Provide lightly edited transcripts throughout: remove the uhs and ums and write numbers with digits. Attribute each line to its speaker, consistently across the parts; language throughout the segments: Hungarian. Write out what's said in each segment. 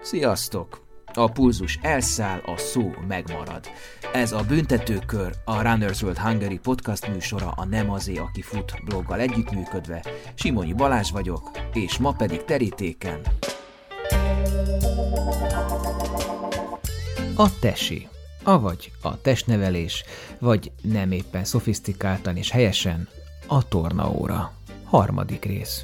Speaker 1: Sziasztok! A pulzus elszáll, a szó megmarad. Ez a Büntetőkör, a Runner's World Hungary podcast műsora a Nem azé, aki fut bloggal együttműködve. Simonyi Balázs vagyok, és ma pedig terítéken a tesi, avagy a testnevelés, vagy nem éppen szofisztikáltan és helyesen a tornaóra. Harmadik rész.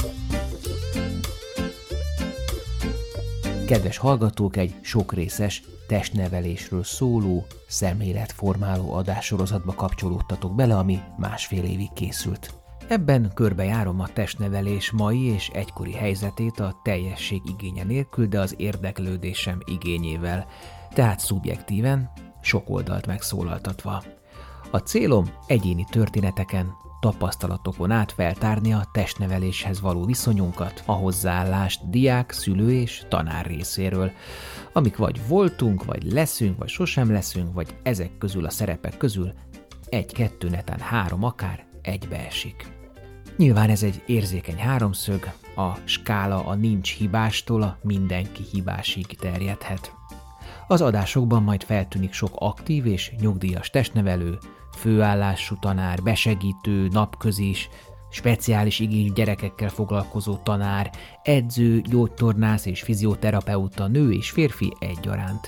Speaker 1: Kedves hallgatók, egy sokrészes testnevelésről szóló, szemléletformáló adássorozatba kapcsolódtatok bele, ami másfél évig készült. Ebben körbejárom a testnevelés mai és egykori helyzetét a teljesség igénye nélkül, de az érdeklődésem igényével, tehát szubjektíven, sok oldalt megszólaltatva. A célom egyéni történeteken, tapasztalatokon át feltárni a testneveléshez való viszonyunkat, a hozzáállást diák, szülő és tanár részéről, amik vagy voltunk, vagy leszünk, vagy sosem leszünk, vagy ezek közül a szerepek közül egy-kettő, netán három akár egybeesik. Nyilván ez egy érzékeny háromszög, a skála a nincs hibástól a mindenki hibásig terjedhet. Az adásokban majd feltűnik sok aktív és nyugdíjas testnevelő, főállású tanár, besegítő, napközis, speciális igényű gyerekekkel foglalkozó tanár, edző, gyógytornász és fizioterapeuta, nő és férfi egyaránt.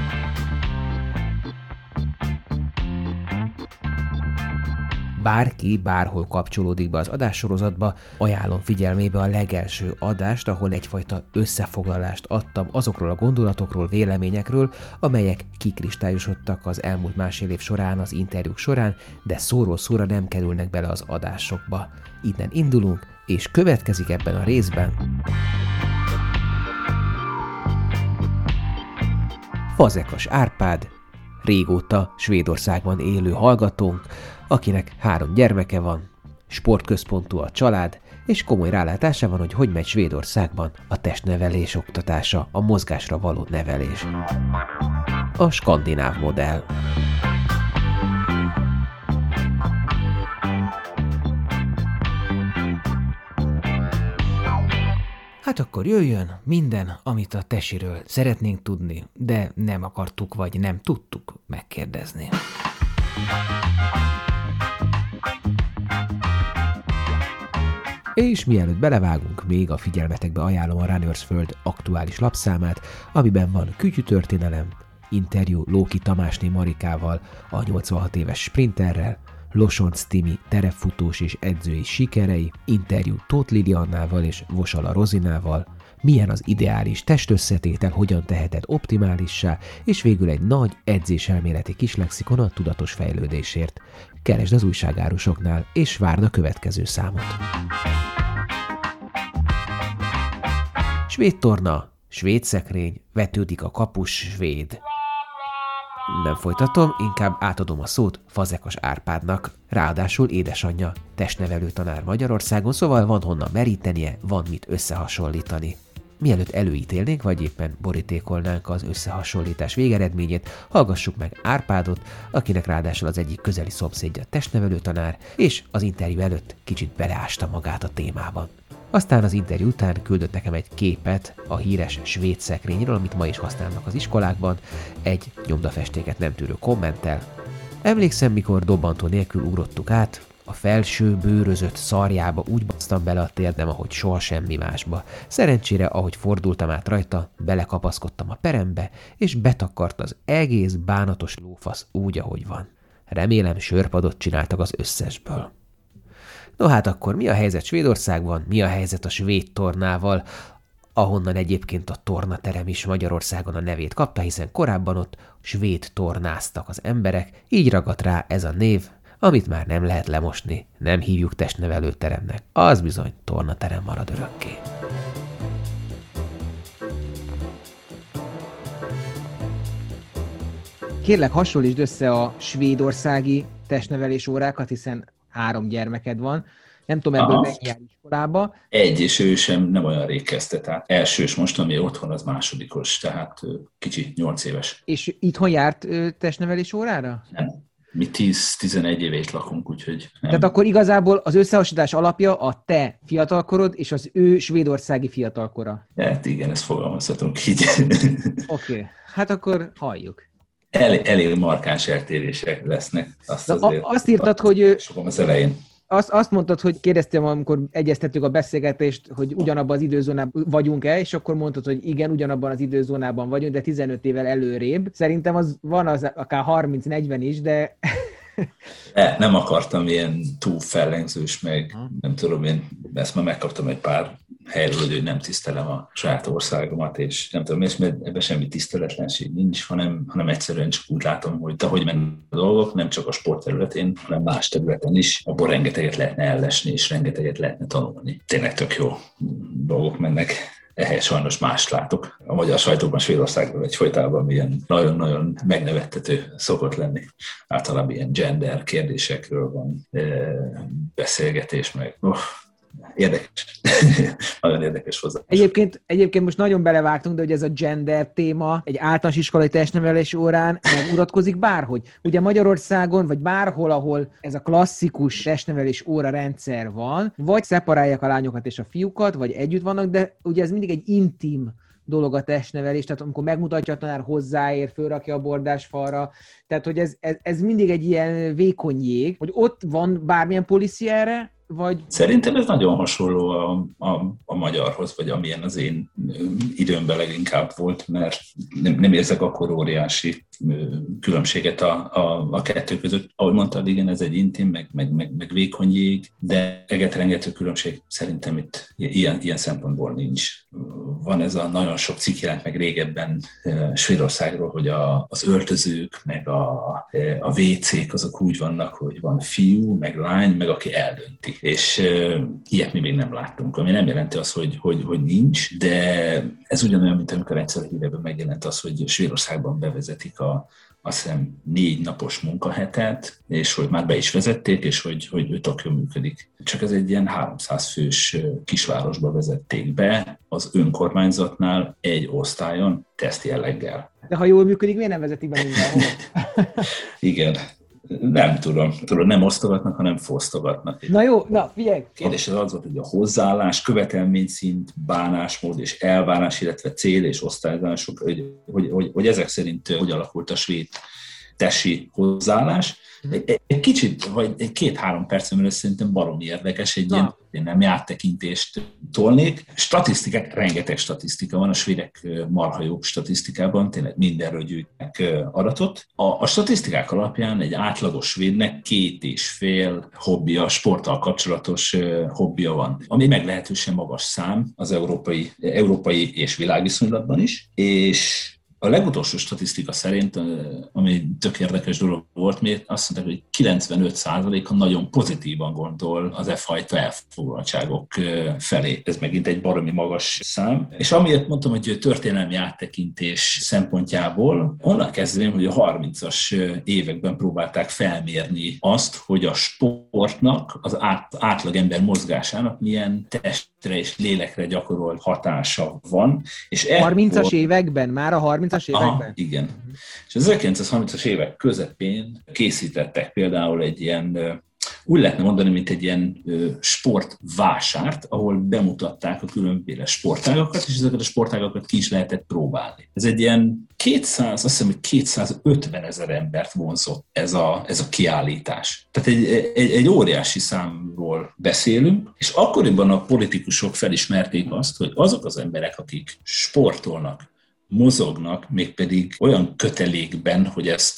Speaker 1: Bárki bárhol kapcsolódik be az adássorozatba, ajánlom figyelmébe a legelső adást, ahol egyfajta összefoglalást adtam azokról a gondolatokról, véleményekről, amelyek kikristályosodtak az elmúlt másfél év során, az interjúk során, de szóról szóra nem kerülnek bele az adásokba. Innen indulunk, és következik ebben a részben Fazekas Árpád, régóta Svédországban élő hallgatónk, akinek 3 gyermeke van, sportközpontú a család, és komoly rálátása van, hogy megy Svédországban a testnevelés oktatása, a mozgásra való nevelés. A skandináv modell. Hát akkor jöjjön minden, amit a tesiről szeretnénk tudni, de nem akartuk vagy nem tudtuk megkérdezni. És mielőtt belevágunk, még a figyelmetekbe ajánlom a Runner's World aktuális lapszámát, amiben van kütyütörténelem, interjú Lóki Tamásné Marikával, a 86 éves sprinterrel, Losonc Timi terepfutós és edzői sikerei, interjú Tóth Liliannával és Vosala Rozinával, milyen az ideális testösszetétel, hogyan teheted optimálissá, és végül egy nagy edzéselméleti kislexikon a tudatos fejlődésért. Keresd az újságárusoknál, és várd a következő számot. Svéd torna, svéd szekrény, vetődik a kapus, svéd. Nem folytatom, inkább átadom a szót Fazekas Árpádnak, ráadásul édesanyja, testnevelő tanár Magyarországon, szóval van honnan merítenie, van mit összehasonlítani. Mielőtt előítélnénk, vagy éppen borítékolnánk az összehasonlítás végeredményét, hallgassuk meg Árpádot, akinek ráadásul az egyik közeli szomszédja testnevelő tanár, és az interjú előtt kicsit beleásta magát a témában. Aztán az interjú után küldött nekem egy képet a híres svéd szekrényről, amit ma is használnak az iskolákban, egy nyomdafestéket nem tűrő kommenttel. Emlékszem, mikor dobbantó nélkül ugrottuk át, a felső bőrözött szarjába úgy basztam bele a térdem, ahogy soha semmi másba. Szerencsére, ahogy fordultam át rajta, belekapaszkodtam a perembe, és betakart az egész bánatos lófasz úgy, ahogy van. Remélem, sörpadot csináltak az összesből. No hát akkor mi a helyzet Svédországban, mi a helyzet a svéd tornával, ahonnan egyébként a tornaterem is Magyarországon a nevét kapta, hiszen korábban ott svéd tornáztak az emberek, így ragadt rá ez a név, amit már nem lehet lemosni, nem hívjuk testnevelőteremnek, az bizony tornaterem marad örökké.
Speaker 2: Kérlek, hasonlítsd össze a svédországi testnevelés órákat, hiszen 3 gyermeked van. Nem tudom, ebből mennyi jár iskolába.
Speaker 3: Egy, és ő sem nem olyan rég kezdte, tehát elsős most, ami otthon, az másodikos, tehát kicsi, 8 éves.
Speaker 2: És itthon járt testnevelés órára?
Speaker 3: Nem. Mi 10-11 évét lakunk, úgyhogy nem.
Speaker 2: Tehát akkor igazából az összehasonlítás alapja a te fiatalkorod és az ő svédországi fiatalkora.
Speaker 3: Hát igen, ezt fogalmazhatunk így.
Speaker 2: Oké, hát akkor halljuk.
Speaker 3: Elég markáns eltérések lesznek.
Speaker 2: Azt írtad, hogy...
Speaker 3: Sokan az elején.
Speaker 2: Azt mondtad, hogy kérdeztem, amikor egyeztettük a beszélgetést, hogy ugyanabban az időzónában vagyunk-e, és akkor mondtad, hogy igen, ugyanabban az időzónában vagyunk, de 15 évvel előrébb. Szerintem van az akár 30-40 is, de...
Speaker 3: Nem akartam ilyen túl fellengzős, meg nem tudom, én ezt már megkaptam egy pár helyről, hogy nem tisztelem a saját országomat, és nem tudom, mert ebben semmi tiszteletlenség nincs, hanem egyszerűen csak úgy látom, hogy ahogy mennek a dolgok, nem csak a sport területén, hanem más területen is, abból rengeteget lehetne ellesni, és rengeteget lehetne tanulni. Tényleg tök jó dolgok mennek. Ehhez sajnos mást látok. A magyar sajtóban Svédországban egyfolytában ilyen nagyon-nagyon megnevettető szokott lenni. Általában ilyen gender kérdésekről van beszélgetés, meg érdekes. Nagyon érdekes hozzá.
Speaker 2: Egyébként most nagyon belevágtunk, de hogy ez a gender téma egy általános iskolai testnevelés órán meguratkozik bárhogy. Ugye Magyarországon, vagy bárhol, ahol ez a klasszikus testnevelés óra rendszer van, vagy szeparálják a lányokat és a fiúkat, vagy együtt vannak, de ugye ez mindig egy intim dolog a testnevelés, tehát amikor megmutatja a tanár, hozzáér, fölrakja a bordásfalra, tehát hogy ez mindig egy ilyen vékony jég, hogy ott van bármilyen policy erre, vagy...
Speaker 3: Szerintem ez nagyon hasonló a magyarhoz, vagy amilyen az én időmben leginkább volt, mert nem érzek akkor óriási különbséget a kettő között. Ahogy mondtad, igen, ez egy intim, meg vékony jég, de rengeteg különbség szerintem itt ilyen szempontból nincs. Van ez a nagyon sok cikk jelent meg régebben Svédországról, hogy az öltözők, meg a WC-k azok úgy vannak, hogy van fiú, meg lány, meg aki eldönti. És ilyet mi még nem láttunk, ami nem jelenti azt, hogy nincs, de ez ugyanolyan, mint amikor egyszer a híreben megjelent az, hogy Svédországban bevezetik azt hiszem 4 napos munkahetet, és hogy már be is vezették, és hogy tök jól működik. Csak ez egy ilyen 300 fős kisvárosba vezették be, az önkormányzatnál egy osztályon teszt jelleggel.
Speaker 2: De ha jól működik, miért nem vezetik be mindenhol?
Speaker 3: Igen. Nem tudom, nem osztogatnak, hanem fosztogatnak.
Speaker 2: Na jó, figyelj!
Speaker 3: Kérdés az volt, hogy a hozzáállás, követelményszint, bánásmód és elvárás, illetve cél és osztályzások, hogy ezek szerint hogy alakult a svéd tesi hozzáállás. Egy kicsit, vagy egy 2-3 percen szerintem baromi érdekes, egy ilyen nem áttekintést tolnék. Statisztikák, rengeteg statisztika van, a svédek marha jó statisztikában, tényleg mindenről gyűjtnek adatot. A statisztikák alapján egy átlagos svédnek 2,5 hobbija, sporttal kapcsolatos hobbija van, ami meglehetősen magas szám az európai és világviszonylatban is, és a legutolsó statisztika szerint, ami tök érdekes dolog volt, mert azt mondták, hogy 95%-a nagyon pozitívan gondol az e-fajta elfoglaltságok felé. Ez megint egy baromi magas szám. És amiért mondtam, hogy történelmi áttekintés szempontjából, onnan kezdeném, hogy a 30-as években próbálták felmérni azt, hogy a sportnak, az átlagember mozgásának milyen testre és lélekre gyakorolt hatása van. És
Speaker 2: 30-as években? Már a 30-as években?
Speaker 3: Aha, igen. És az 1930-as évek közepén készítettek például egy ilyen, úgy lehetne mondani, mint egy ilyen sportvásárt, ahol bemutatták a különböző sportágakat, és ezeket a sportágakat ki is lehetett próbálni. Ez egy ilyen 200, azt hiszem, hogy 250 000 embert vonzott ez a kiállítás. Tehát egy óriási számról beszélünk, és akkoriban a politikusok felismerték azt, hogy azok az emberek, akik sportolnak, mozognak, mégpedig olyan kötelékben, hogy ezt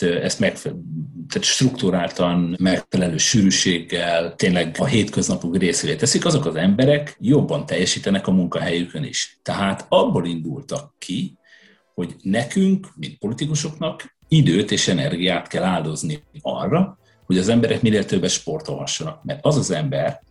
Speaker 3: tehát strukturáltan, megfelelő sűrűséggel, tényleg a hétköznapok részévé teszik, azok az emberek jobban teljesítenek a munkahelyükön is. Tehát abból indultak ki, hogy nekünk, mint politikusoknak időt és energiát kell áldozni arra, hogy az emberek minél többet sportolhassanak. Mert az az ember,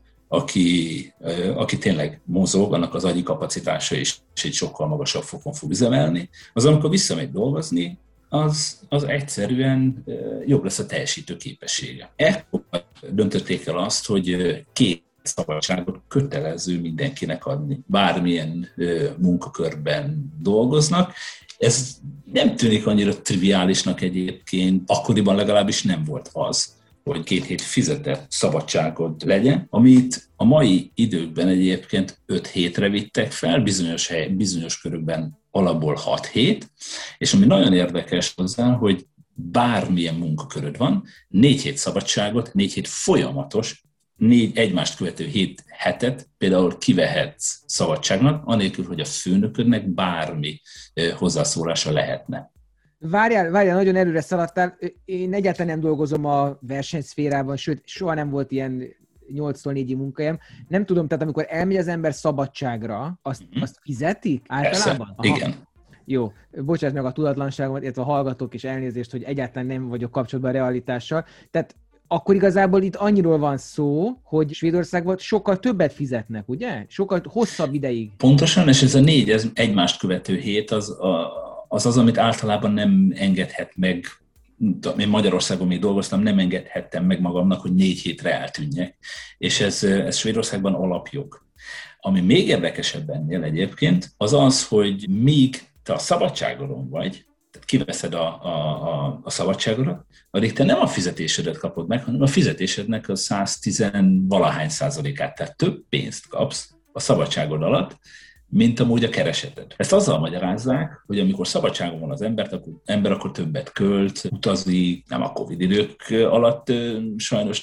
Speaker 3: aki tényleg mozog, annak az agyi kapacitása is egy sokkal magasabb fokon fog üzemelni, az amikor visszamegy dolgozni, az egyszerűen jobb lesz a teljesítő képessége. Ekkor döntötték el azt, hogy 2 szabadságot kötelező mindenkinek adni. Bármilyen munkakörben dolgoznak. Ez Nem tűnik annyira triviálisnak egyébként, akkoriban legalábbis nem volt az, hogy 2 hét fizetett szabadságod legyen, amit a mai időkben egyébként 5 hétre vittek fel, bizonyos körökben alapból 6 hét, és ami nagyon érdekes hozzá, hogy bármilyen munkaköröd van, 4 hét szabadságot, 4 hét folyamatos, 4 egymást követő 7 hetet például kivehetsz szabadságnak, anélkül, hogy a főnöködnek bármi hozzászólása lehetne.
Speaker 2: Várjál, nagyon előre szaladtál. Én egyáltalán nem dolgozom a versenyszférában, sőt, soha nem volt ilyen 8-tól 4-ig munkahelyem. Nem tudom, tehát amikor elmegy az ember szabadságra, azt fizetik általában?
Speaker 3: Persze, igen.
Speaker 2: Jó, bocsáss meg a tudatlanságomat, illetve a hallgatók is elnézést, hogy egyáltalán nem vagyok kapcsolatban a realitással. Tehát akkor igazából itt annyiról van szó, hogy Svédországban sokkal többet fizetnek, ugye? Sokkal hosszabb ideig.
Speaker 3: Pontosan, és ez a 4 ez egymást követő hét az, amit általában nem engedhet meg. Én Magyarországon még dolgoztam, nem engedhettem meg magamnak, hogy 4 hétre eltűnjek. És ez Svédországban alapjog. Ami még érdekesebb ennél egyébként, az az, hogy míg te a szabadságodon vagy, tehát kiveszed a szabadságodat, addig te nem a fizetésedet kapod meg, hanem a fizetésednek a 110-valahány %-át, tehát több pénzt kapsz a szabadságod alatt, mint amúgy a kereseted. Ezt azzal magyarázzák, hogy amikor szabadságon van az ember, akkor többet költ, utazik, nem a Covid idők alatt sajnos,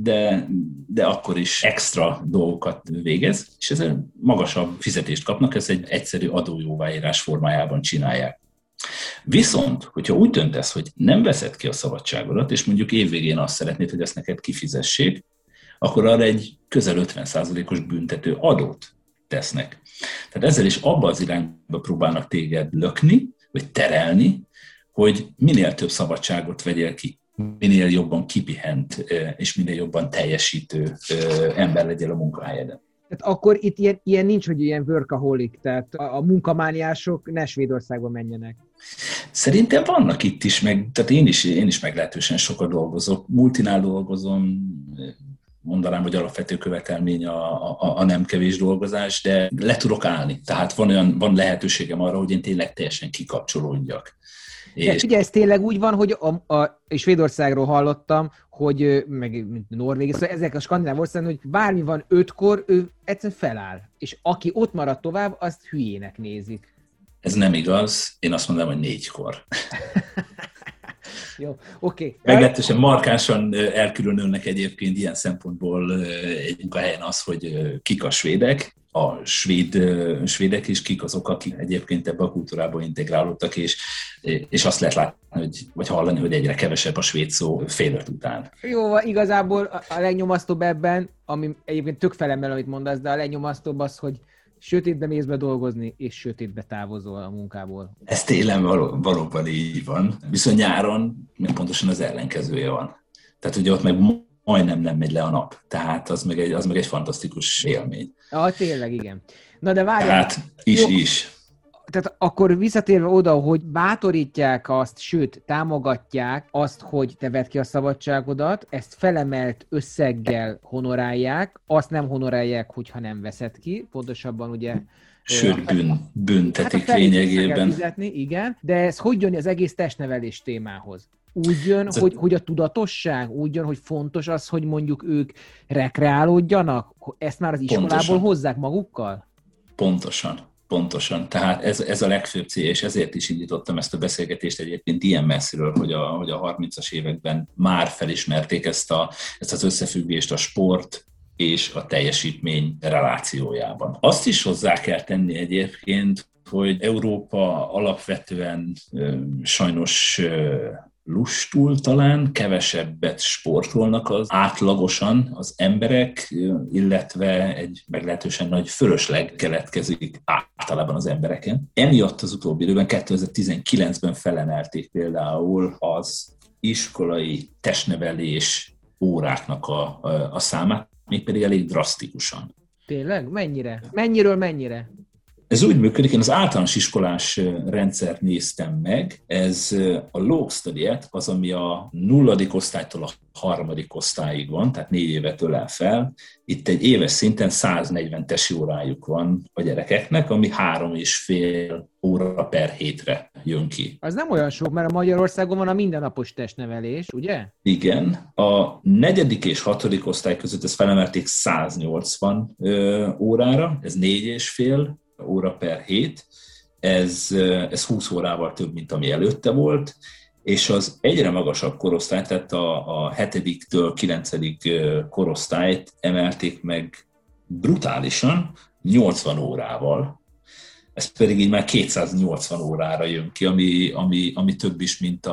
Speaker 3: de akkor is extra dolgokat végez, és ezzel magasabb fizetést kapnak, ezt egy egyszerű adójóváírás formájában csinálják. Viszont, hogyha úgy döntesz, hogy nem veszed ki a szabadságodat, és mondjuk évvégén azt szeretnéd, hogy ezt neked kifizessék, akkor arra egy közel 50%-os büntető adót tesznek. Tehát ezzel is abba az irányba próbálnak téged lökni, vagy terelni, hogy minél több szabadságot vegyél ki, minél jobban kipihent és minél jobban teljesítő ember legyél a munkahelyeden.
Speaker 2: Tehát akkor itt ilyen nincs, hogy ilyen workaholic, tehát a munkamániások ne Svédországba menjenek.
Speaker 3: Szerintem vannak itt is, tehát én is meglehetősen sokat dolgozok, multinál dolgozom, mondanám, hogy alapvető követelmény a nem kevés dolgozás, de le tudok állni. Tehát van lehetőségem arra, hogy én tényleg teljesen kikapcsolódjak.
Speaker 2: És ugye ez tényleg úgy van, hogy és Svédországról hallottam, hogy meg Norvégia, szóval ezek a skandináv országok, hogy bármi van 5-kor, ő egyszerűen feláll. És aki ott marad tovább, azt hülyének nézik.
Speaker 3: Ez nem igaz, én azt mondom, hogy 4-kor.
Speaker 2: Jó, oké.
Speaker 3: Meglehetősen markánsan elkülönülnek egyébként ilyen szempontból egy munkahelyen az, hogy kik a svédek, a svédek is, kik azok, akik egyébként ebbe a kultúrába integrálódtak, és azt lehet látni, vagy hallani, hogy egyre kevesebb a svéd szó fél 5 után.
Speaker 2: Jó, igazából a legnyomasztóbb ebben, ami egyébként tök felemel, amit mondasz, de a legnyomasztóbb az, hogy sötétbe mész be dolgozni, és sötétbe távozol a munkából. Ez
Speaker 3: télen valóban így van. Viszont nyáron pontosan az ellenkezője van. Tehát ugye ott meg majdnem nem megy le a nap. Tehát az meg egy fantasztikus élmény.
Speaker 2: Tényleg, igen. Na de várjál.
Speaker 3: Tehát is.
Speaker 2: Tehát akkor visszatérve oda, hogy bátorítják azt, sőt, támogatják azt, hogy te vedd ki a szabadságodat, ezt felemelt összeggel honorálják, azt nem honorálják, hogyha nem veszed ki, pontosabban ugye...
Speaker 3: Sőt, büntetik lényegében.
Speaker 2: Fizetni, igen, de ez hogy jön az egész testnevelés témához? Úgy jön, hogy a tudatosság, úgy jön, hogy fontos az, hogy mondjuk ők rekreálódjanak? Ezt már az iskolából hozzák magukkal? Pontosan. Tehát ez a legfőbb cél, és ezért is indítottam ezt a beszélgetést egyébként ilyen messziről, hogy a 30-as években már felismerték ezt az összefüggést a sport és a teljesítmény relációjában. Azt is hozzá kell tenni egyébként, hogy Európa alapvetően sajnos lustul talán, kevesebbet sportolnak az átlagosan az emberek, illetve egy meglehetősen nagy fölösleg keletkezik általában az embereken. Emiatt az utóbbi időben, 2019-ben felemelték például az iskolai testnevelés óráknak a számát, mégpedig elég drasztikusan. Tényleg? Mennyire? Mennyiről mennyire?
Speaker 3: Ez úgy működik, én az általános iskolás rendszert néztem meg, ez a Low Study-et, az, ami a 0. osztálytól a 3. osztályig van, tehát 4 évet ölel fel. Itt egy éves szinten 140 tesi órájuk van a gyerekeknek, ami 3,5 óra per hétre jön ki.
Speaker 2: Az nem olyan sok, mert a Magyarországon van a mindennapos testnevelés, ugye?
Speaker 3: Igen. A 4. és 6. osztály között ezt felemelték 180 órára, ez 4,5 óra per hét, ez 20 órával több, mint ami előtte volt, és az egyre magasabb korosztály, tehát a 7-től 9. korosztályt emelték meg brutálisan 80 órával. Ez pedig így már 280 órára jön ki, ami több is, mint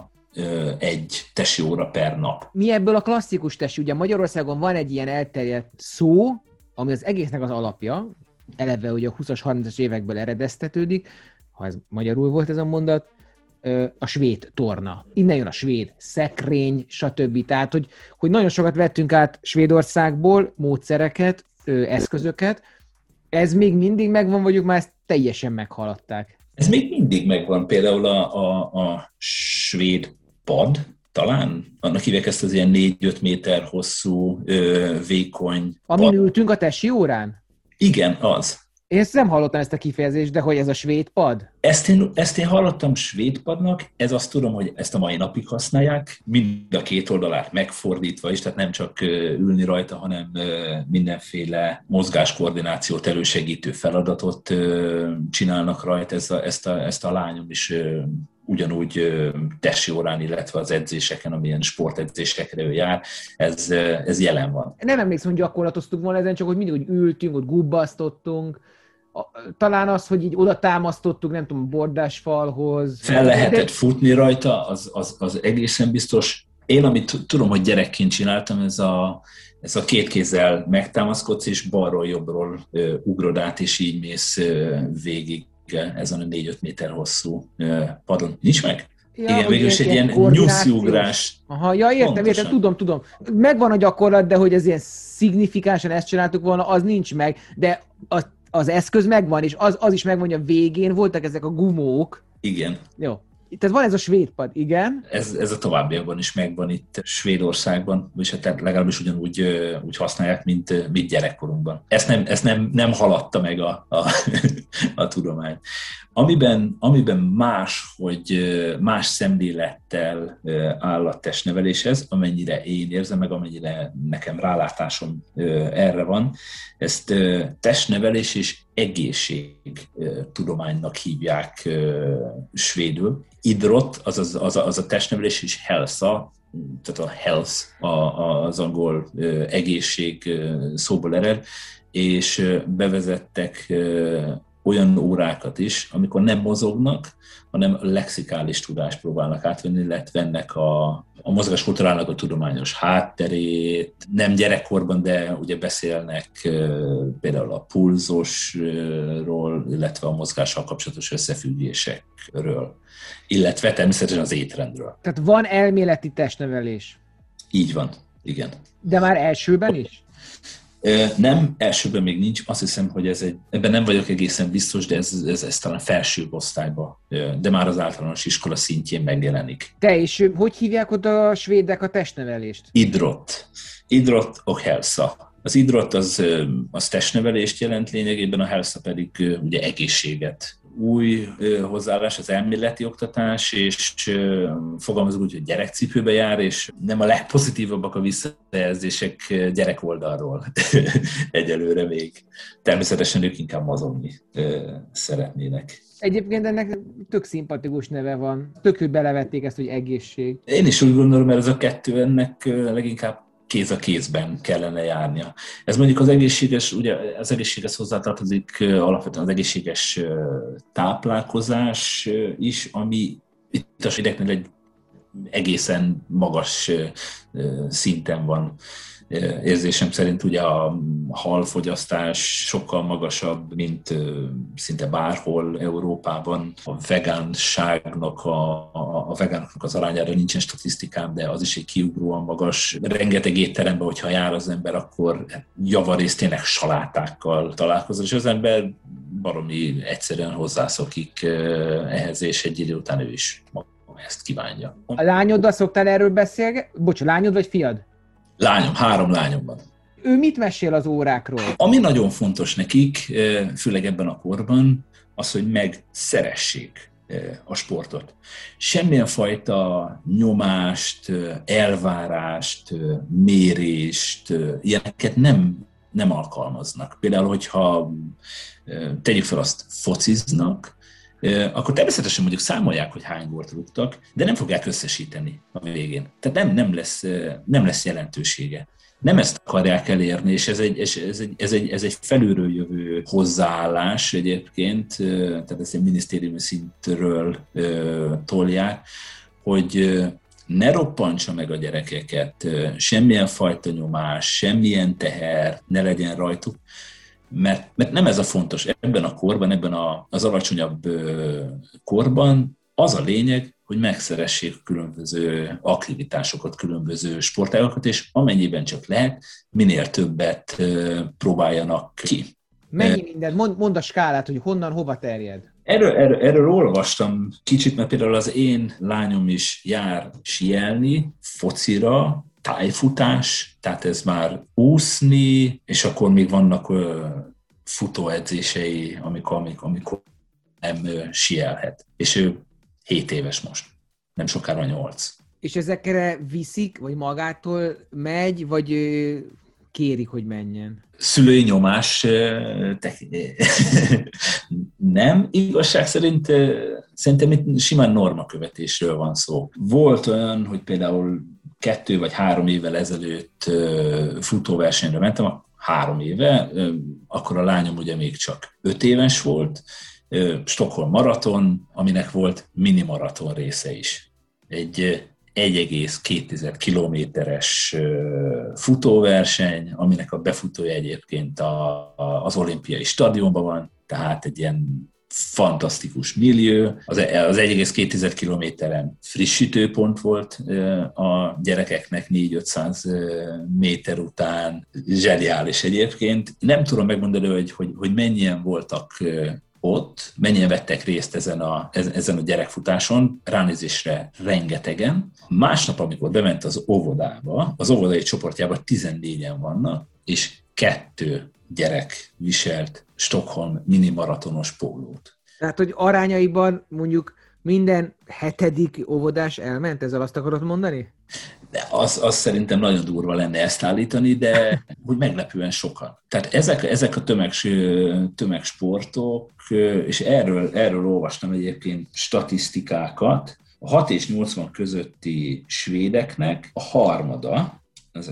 Speaker 3: egy tesi óra per nap.
Speaker 2: Mi ebből a klasszikus tesi? Ugye Magyarországon van egy ilyen elterjedt szó, ami az egésznek az alapja, eleve ugye a 20-as, 30-as évekből eredeztetődik, ha ez magyarul volt ez a mondat, a svéd torna. Innen jön a svéd szekrény, stb. Tehát, hogy nagyon sokat vettünk át Svédországból módszereket, eszközöket. Ez még mindig megvan, vagy ők már ezt teljesen meghaladták?
Speaker 3: Ez még mindig megvan. Például a svéd pad, talán, annak hívják ezt az ilyen 4-5 méter hosszú, vékony
Speaker 2: Amin ültünk a tesi órán?
Speaker 3: Igen, az.
Speaker 2: Én ezt nem hallottam, ezt a kifejezést, de hogy ez a svéd pad?
Speaker 3: Ezt én hallottam svéd padnak, ez azt tudom, hogy ezt a mai napig használják, mind a két oldalát megfordítva is, tehát nem csak ülni rajta, hanem mindenféle mozgáskoordinációt elősegítő feladatot csinálnak rajta, ezt a lányom is ugyanúgy tesi órán, illetve az edzéseken, amilyen sportedzésekre ő jár, ez jelen van.
Speaker 2: Nem emlékszem, hogy gyakorlatoztunk volna ezen, csak hogy mindig hogy ültünk, ott gubbasztottunk, talán az, hogy így oda támasztottuk, nem tudom, bordásfalhoz.
Speaker 3: Fel lehetett futni rajta, az egészen biztos. Én, amit tudom, hogy gyerekként csináltam, ez a két kézzel megtámaszkodsz, és balról, jobbról ugrod át, és így mész végig ezen a 4-5 méter hosszú padon. Nincs meg?
Speaker 2: Ja,
Speaker 3: igen, végülis egy ilyen nyusziugrás.
Speaker 2: Aha, ja, értem, tudom. Megvan a gyakorlat, de hogy ez ilyen szignifikánsan ezt csináltuk volna, az nincs meg, de az eszköz megvan, és az is megvan, hogy a végén voltak ezek a gumók.
Speaker 3: Igen.
Speaker 2: Jó. Tehát van ez a svéd pad, igen?
Speaker 3: Ez a továbbiakban is megvan itt Svédországban, és hát legalábbis ugyanúgy úgy használják, mint gyerekkorunkban. Ezt nem haladta meg a tudomány. Amiben más szemlélettel áll a testneveléshez, amennyire én érzem, meg amennyire nekem rálátásom erre van, ezt testnevelés és egészségtudománynak hívják svédül. Idrott, az a testnevelés, és health, tehát a health az angol egészség szóból ered, és bevezettek olyan órákat is, amikor nem mozognak, hanem lexikális tudást próbálnak átvenni, illetve ennek a mozgáskultúrának a tudományos hátterét. Nem gyerekkorban, de ugye beszélnek például a pulzusról, illetve a mozgással kapcsolatos összefüggésekről, illetve természetesen az étrendről.
Speaker 2: Tehát van elméleti testnevelés?
Speaker 3: Így van, igen.
Speaker 2: De már elsőben is?
Speaker 3: Nem, elsőben még nincs. Azt hiszem, hogy ebben nem vagyok egészen biztos, de ez talán felsőbb osztályban, de már az általános iskola szintjén megjelenik.
Speaker 2: És hogy hívják oda a svédek a testnevelést?
Speaker 3: Idrott och hälsa. Az idrott az testnevelést jelent lényegében, a hälsa pedig ugye egészséget. Új hozzáállás az elméleti oktatás, és fogalmazunk úgy, hogy gyerekcipőbe jár, és nem a legpozitívabbak a visszajelzések gyerek oldalról egyelőre még. Természetesen ők inkább mozogni szeretnének.
Speaker 2: Egyébként ennek tök szimpatikus neve van. Tök, hogy belevették ezt, hogy egészség.
Speaker 3: Én is úgy gondolom, mert ez a kettő ennek leginkább kéz a kézben kellene járnia. Ez mondjuk az egészséges hozzátartozik alapvetően az egészséges táplálkozás is, ami itt a svédeknél egy egészen magas szinten van. Érzésem szerint ugye a halfogyasztás sokkal magasabb, mint szinte bárhol Európában. A vegánságnak, a vegánoknak az arányára nincsen statisztikám, de az is egy kiugróan magas. Rengeteg étteremben, hogyha jár az ember, akkor javarészt tényleg salátákkal találkozol, és az ember baromi egyszerűen hozzászokik ehhez, és egy idő után ő is ezt kívánja.
Speaker 2: A lányoddal szoktál erről beszélni? Lányod vagy fiad?
Speaker 3: Lányom, 3 lányom van.
Speaker 2: Ő mit mesél az órákról?
Speaker 3: Ami nagyon fontos nekik, főleg ebben a korban, az, hogy megszeressék a sportot. Semmilyen fajta nyomást, elvárást, mérést, ilyeneket nem alkalmaznak. Például, hogyha tegyük fel azt, fociznak, akkor természetesen mondjuk számolják, hogy hány gólt rúgtak, de nem fogják összesíteni a végén. Tehát nem lesz jelentősége. Nem ezt akarják elérni, és ez egy felülről jövő hozzáállás egyébként, tehát ezt egy minisztériumi szintről tolják, hogy ne roppantsa meg a gyerekeket, semmilyen fajta nyomás, semmilyen teher ne legyen rajtuk, mert nem ez a fontos. Ebben a korban, ebben az alacsonyabb korban az a lényeg, hogy megszeressék különböző aktivitásokat, különböző sportágokat, és amennyiben csak lehet, minél többet próbáljanak ki.
Speaker 2: Mennyi minden? Mondd a skálát, hogy honnan, hova terjed.
Speaker 3: Erről olvastam kicsit, mert például az én lányom is jár síelni, focira, tájfutás, tehát ez már úszni, és akkor még vannak futóedzései, amikor nem síelhet. És ő 7 éves most, nem sokára 8.
Speaker 2: És ezekre viszik, vagy magától megy, vagy kérik, hogy menjen?
Speaker 3: Szülői nyomás nem. Igazság szerint szerintem itt simán normakövetésről van szó. Volt olyan, hogy például 2 vagy 3 évvel ezelőtt futóversenyre mentem, 3 éve, akkor a lányom ugye még csak 5 éves volt, Stockholm maraton, aminek volt mini maraton része is. Egy 1,2 kilométeres futóverseny, aminek a befutója egyébként az olimpiai stadionban van, tehát egy ilyen fantasztikus millió. Az 1,2 kilométeren frissítőpont volt a gyerekeknek 400-500 méter után. Zseniális egyébként. Nem tudom megmondani, hogy mennyien voltak ott, mennyien vettek részt ezen a gyerekfutáson, ránézésre rengetegen. Másnap, amikor bement az óvodába, az óvodai csoportjában 14-en vannak, és 2 gyerek viselt Stockholm mini maratonos pólót.
Speaker 2: Tehát, hogy arányaiban mondjuk minden 7. óvodás elment, ezzel azt akarod mondani?
Speaker 3: De az szerintem nagyon durva lenne ezt állítani, de úgy meglepően sokan. Tehát ezek a tömegsportok, és erről olvastam egyébként statisztikákat, a 6 és 80 közötti svédeknek a harmada, az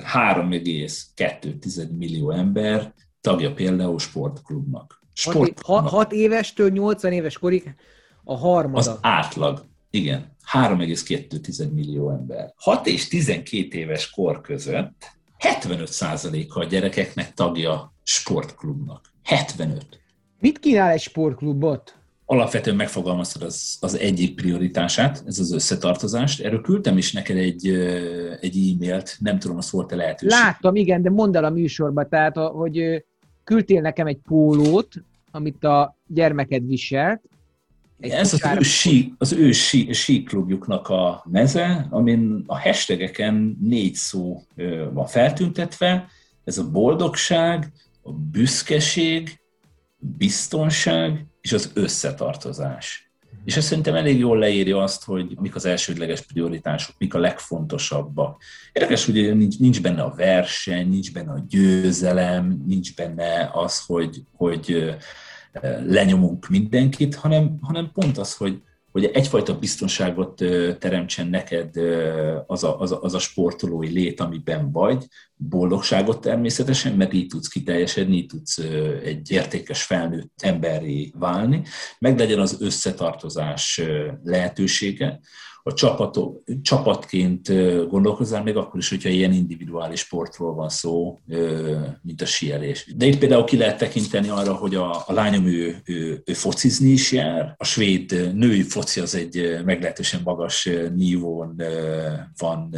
Speaker 3: 3,2 millió ember tagja például sportklubnak.
Speaker 2: 6 évestől 80 éves korig a harmada.
Speaker 3: Az átlag, igen, 3,2 millió ember. 6 és 12 éves kor között 75%-a a gyerekeknek tagja sportklubnak. 75.
Speaker 2: Mit kínál egy sportklubot?
Speaker 3: Alapvetően megfogalmaztad az egyik prioritását, ez az összetartozást. Erről küldtem is neked egy e-mailt, nem tudom, az volt-e lehetőség.
Speaker 2: Láttam, igen, de mondd el a műsorban, tehát, hogy küldtél nekem egy pólót, amit a gyermeked viselt.
Speaker 3: Ez az ő síklubjuknak a meze, amin a hashtageken 4 szó van feltüntetve. Ez a boldogság, a büszkeség, biztonság és az összetartozás. És ez szerintem elég jól leírja azt, hogy mik az elsődleges prioritások, mik a legfontosabbak. Érdekes, hogy nincs benne a verseny, nincs benne a győzelem, nincs benne az, hogy lenyomunk mindenkit, hanem pont az, hogy egyfajta biztonságot teremtsen neked az a sportolói lét, amiben vagy, boldogságot természetesen, mert így tudsz kiteljesedni, így tudsz egy értékes felnőtt emberré válni, meg legyen az összetartozás lehetősége, a csapatként gondolkozzál, még akkor is, hogyha ilyen individuális sportról van szó, mint a síelés. De itt például ki lehet tekinteni arra, hogy a lányom ő focizni is jár. A svéd női foci az egy meglehetősen magas nívón van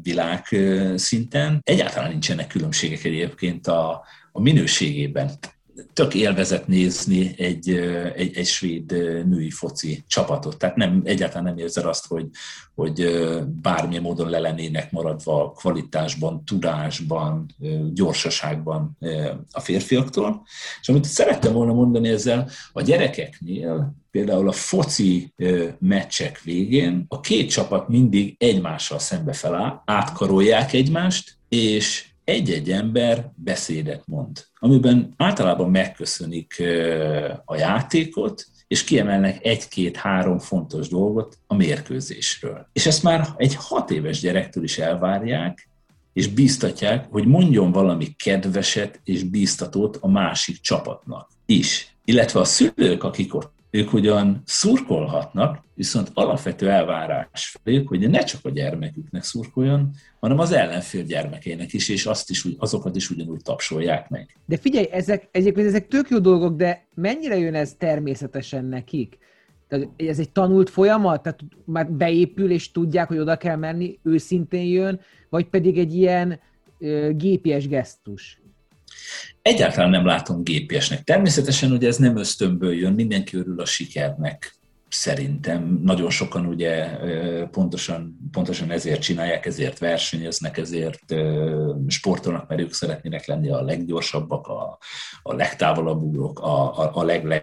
Speaker 3: világszinten. Egyáltalán nincsenek különbségek egyébként a minőségében. tök élvezet nézni egy svéd női foci csapatot. Tehát egyáltalán nem érzed azt, hogy bármilyen módon le lennének maradva kvalitásban, tudásban, gyorsaságban a férfiaktól. És amit szerettem volna mondani ezzel, a gyerekeknél például a foci meccsek végén a két csapat mindig egymással szembe feláll, átkarolják egymást, és egy-egy ember beszédet mond, amiben általában megköszönik a játékot, és kiemelnek 1-2-3 fontos dolgot a mérkőzésről. És ezt már egy 6 éves gyerektől is elvárják, és bíztatják, hogy mondjon valami kedveset és bíztatót a másik csapatnak is. Illetve a szülők, akik ott, ők ugyan szurkolhatnak, viszont alapvető elvárás felük, hogy ne csak a gyermeküknek szurkoljon, hanem az ellenfél gyermekeinek is, és azokat is ugyanúgy tapsolják meg.
Speaker 2: De figyelj, ezek tök jó dolgok, de mennyire jön ez természetesen nekik? Tehát ez egy tanult folyamat? Tehát már beépül, és tudják, hogy oda kell menni, őszintén jön, vagy pedig egy ilyen gépies gesztus?
Speaker 3: Egyáltalán nem látom gépiesnek. Természetesen ugye ez nem ösztönből jön, mindenki örül a sikernek. Szerintem nagyon sokan ugye pontosan ezért csinálják, ezért versenyeznek, ezért sportolnak, mert ők szeretnének lenni a leggyorsabbak, a legtávolabb ugrók, a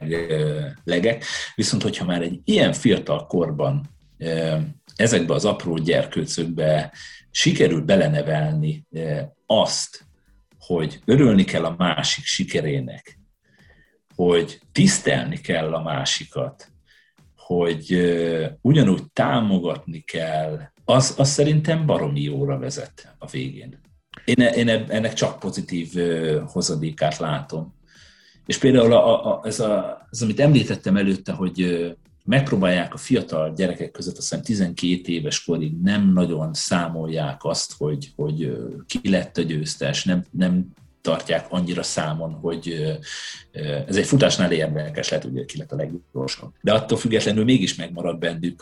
Speaker 3: legek. Viszont hogyha már egy ilyen fiatal korban ezekbe az apró gyerkőcökbe sikerül belenevelni azt, hogy örülni kell a másik sikerének, hogy tisztelni kell a másikat, hogy ugyanúgy támogatni kell, az szerintem baromi jóra vezet a végén. Én ennek csak pozitív hozadékát látom. És például ez, amit említettem előtte, hogy megpróbálják a fiatal gyerekek között, azt hiszem 12 éves korig nem nagyon számolják azt, hogy ki lett a győztes, nem tartják annyira számon, hogy ez egy futásnál érdekes lehet, hogy ki lett a leggyorsabb. De attól függetlenül mégis megmarad bennük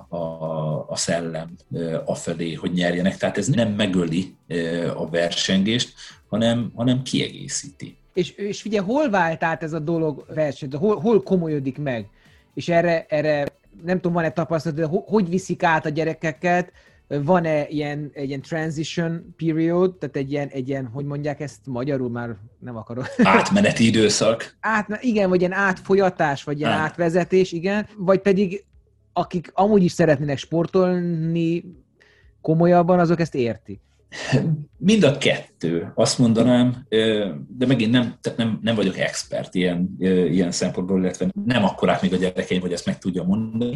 Speaker 3: a szellem afelé, hogy nyerjenek. Tehát ez nem megöli a versengést, hanem kiegészíti.
Speaker 2: És figyelj, hol vált át ez a dolog versenyt? Hol komolyodik meg? És erre nem tudom, van-e tapasztalat, de hogy viszik át a gyerekeket? Van-e egy ilyen transition period, tehát egy ilyen, hogy mondják ezt magyarul, már nem akarok.
Speaker 3: Átmeneti időszak.
Speaker 2: Igen, vagy ilyen átfolyatás, vagy ilyen átvezetés, igen. Vagy pedig akik amúgy is szeretnének sportolni komolyabban, azok ezt értik.
Speaker 3: Mind a kettő, azt mondanám, de megint nem vagyok expert ilyen szempontból, illetve nem akkorák még a gyerekeim, hogy ezt meg tudja mondani.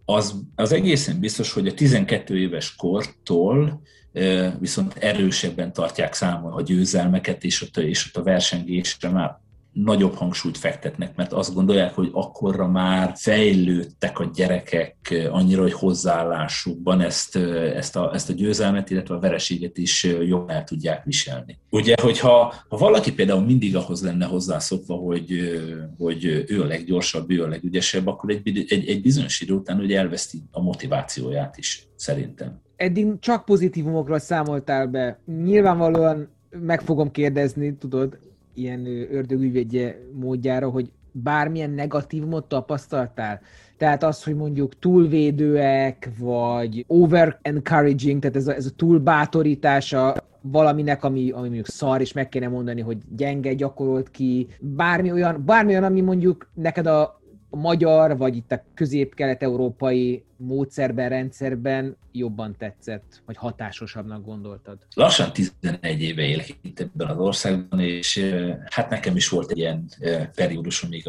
Speaker 3: Az egészen biztos, hogy a 12 éves kortól viszont erősebben tartják számon a győzelmeket, és ott a versengésre már nagyobb hangsúlyt fektetnek, mert azt gondolják, hogy akkorra már fejlődtek a gyerekek annyira, hogy hozzáállásukban ezt a győzelmet, illetve a vereséget is jól el tudják viselni. Ugye, hogyha valaki például mindig ahhoz lenne hozzászokva, hogy ő a leggyorsabb, ő a legügyesebb, akkor egy bizonyos idő után ugye elveszti a motivációját is, szerintem.
Speaker 2: Eddig csak pozitívumokról számoltál be. Nyilvánvalóan meg fogom kérdezni, tudod, ilyen ördögügyvédje módjára, hogy bármilyen negatívumot tapasztaltál? Tehát az, hogy mondjuk túlvédőek, vagy over-encouraging, tehát ez a túlbátorítása valaminek, ami mondjuk szar, és meg kéne mondani, hogy gyenge, gyakorolt ki. Bármi olyan, ami mondjuk neked a magyar, vagy itt a közép-kelet-európai módszerben, rendszerben jobban tetszett, vagy hatásosabbnak gondoltad?
Speaker 3: Lassan 11 éve élek itt ebben az országban, és hát nekem is volt egy ilyen periódusom még,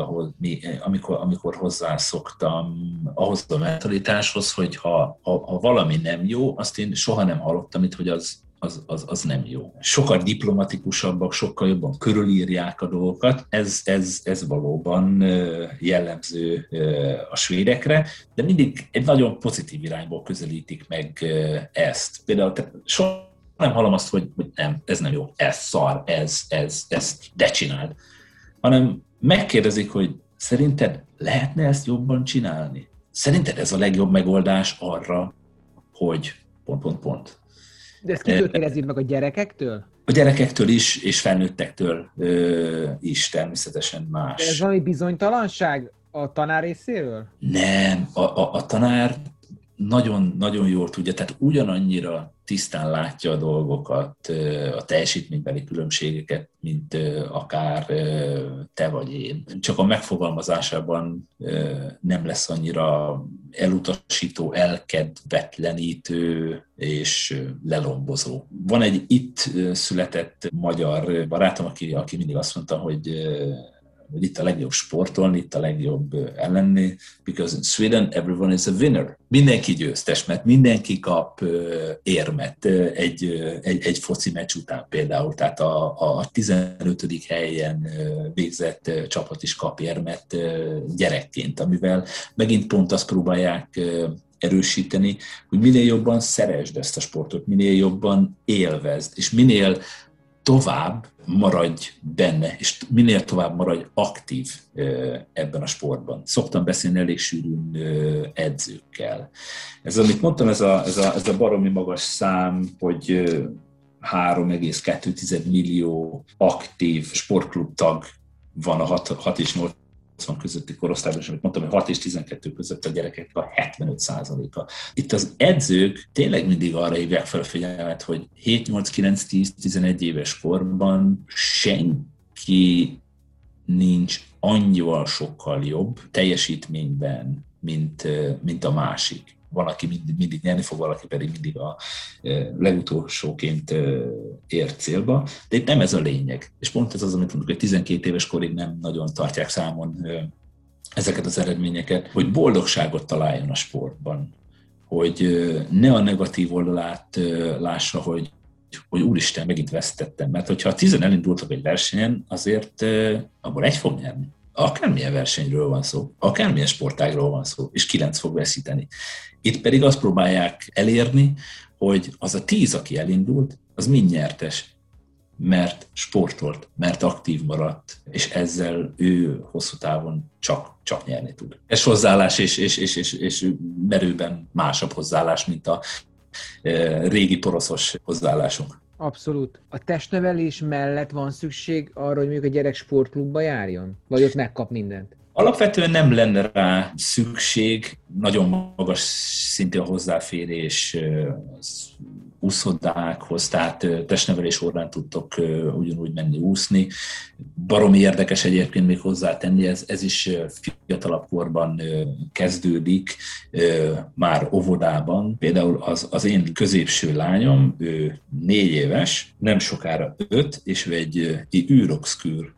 Speaker 3: amikor hozzászoktam ahhoz a mentalitáshoz, hogy ha valami nem jó, azt én soha nem hallottam itt, hogy az nem jó. Sokkal diplomatikusabbak, sokkal jobban körülírják a dolgokat. Ez valóban jellemző a svédekre, de mindig egy nagyon pozitív irányból közelítik meg ezt. Például soha nem hallom azt, hogy nem, ez nem jó, ez szar, ezt de csináld. Hanem megkérdezik, hogy szerinted lehetne ezt jobban csinálni? Szerinted ez a legjobb megoldás arra, hogy ...
Speaker 2: De ezt kitől kérdezik meg, a gyerekektől?
Speaker 3: A gyerekektől is, és felnőttektől is természetesen más.
Speaker 2: De ez valami bizonytalanság a tanár részéről?
Speaker 3: Nem, a tanár nagyon jól tudja, tehát ugyanannyira tisztán látja a dolgokat, a teljesítménybeli különbségeket, mint akár te vagy én. Csak a megfogalmazásában nem lesz annyira elutasító, elkedvetlenítő és lelombozó. Van egy itt született magyar barátom, aki mindig azt mondta, hogy itt a legjobb sportolni, itt a legjobb ellenni, because in Sweden everyone is a winner. Mindenki győztes, mert mindenki kap érmet egy foci meccs után például, tehát a 15. helyen végzett csapat is kap érmet gyerekként, amivel megint pont azt próbálják erősíteni, hogy minél jobban szeresd ezt a sportot, minél jobban élvezd, és minél tovább maradj benne, és minél tovább maradj aktív ebben a sportban. Szoktam beszélni elég sűrűn edzőkkel. Ez, amit mondtam, ez a baromi magas szám, hogy 3,2 millió aktív sportklub tag van a 6 és 80 közötti korosztályban, és amit mondtam, hogy 6 és 12 között a gyerekek a 75%-a. Itt az edzők tényleg mindig arra hívják fel a figyelmet, hogy 7, 8, 9, 10, 11 éves korban senki nincs annyival sokkal jobb teljesítményben, mint a másik. Van, aki mindig nyerni fog, valaki pedig mindig a legutolsóként ér célba, de itt nem ez a lényeg. És pont ez az, amit mondjuk, hogy 12 éves korig nem nagyon tartják számon ezeket az eredményeket, hogy boldogságot találjon a sportban, hogy ne a negatív oldalát lássa, hogy úristen, megint vesztettem. Mert hogyha a 10 elindultak egy versenyen, azért abból 1 fog nyerni. Akármilyen versenyről van szó, akármilyen sportágról van szó, és 9 fog veszíteni. Itt pedig azt próbálják elérni, hogy az a 10, aki elindult, az mind nyertes, mert sportolt, mert aktív maradt, és ezzel ő hosszú távon csak nyerni tud. Ez hozzáállás és merőben másabb hozzáállás, mint a régi poroszos hozzáállásunk.
Speaker 2: Abszolút. A testnevelés mellett van szükség arra, hogy mondjuk a gyerek sportklubba járjon? Vagy ott megkap mindent?
Speaker 3: Alapvetően nem lenne rá szükség, nagyon magas szintű a hozzáférés úszodákhoz, tehát testnevelés órán tudtok ugyanúgy menni úszni. Baromi érdekes egyébként még hozzátenni, ez is fiatalabb korban kezdődik, már óvodában. Például az én középső lányom, ő 4 éves, nem sokára 5, és ő egy űrokszkür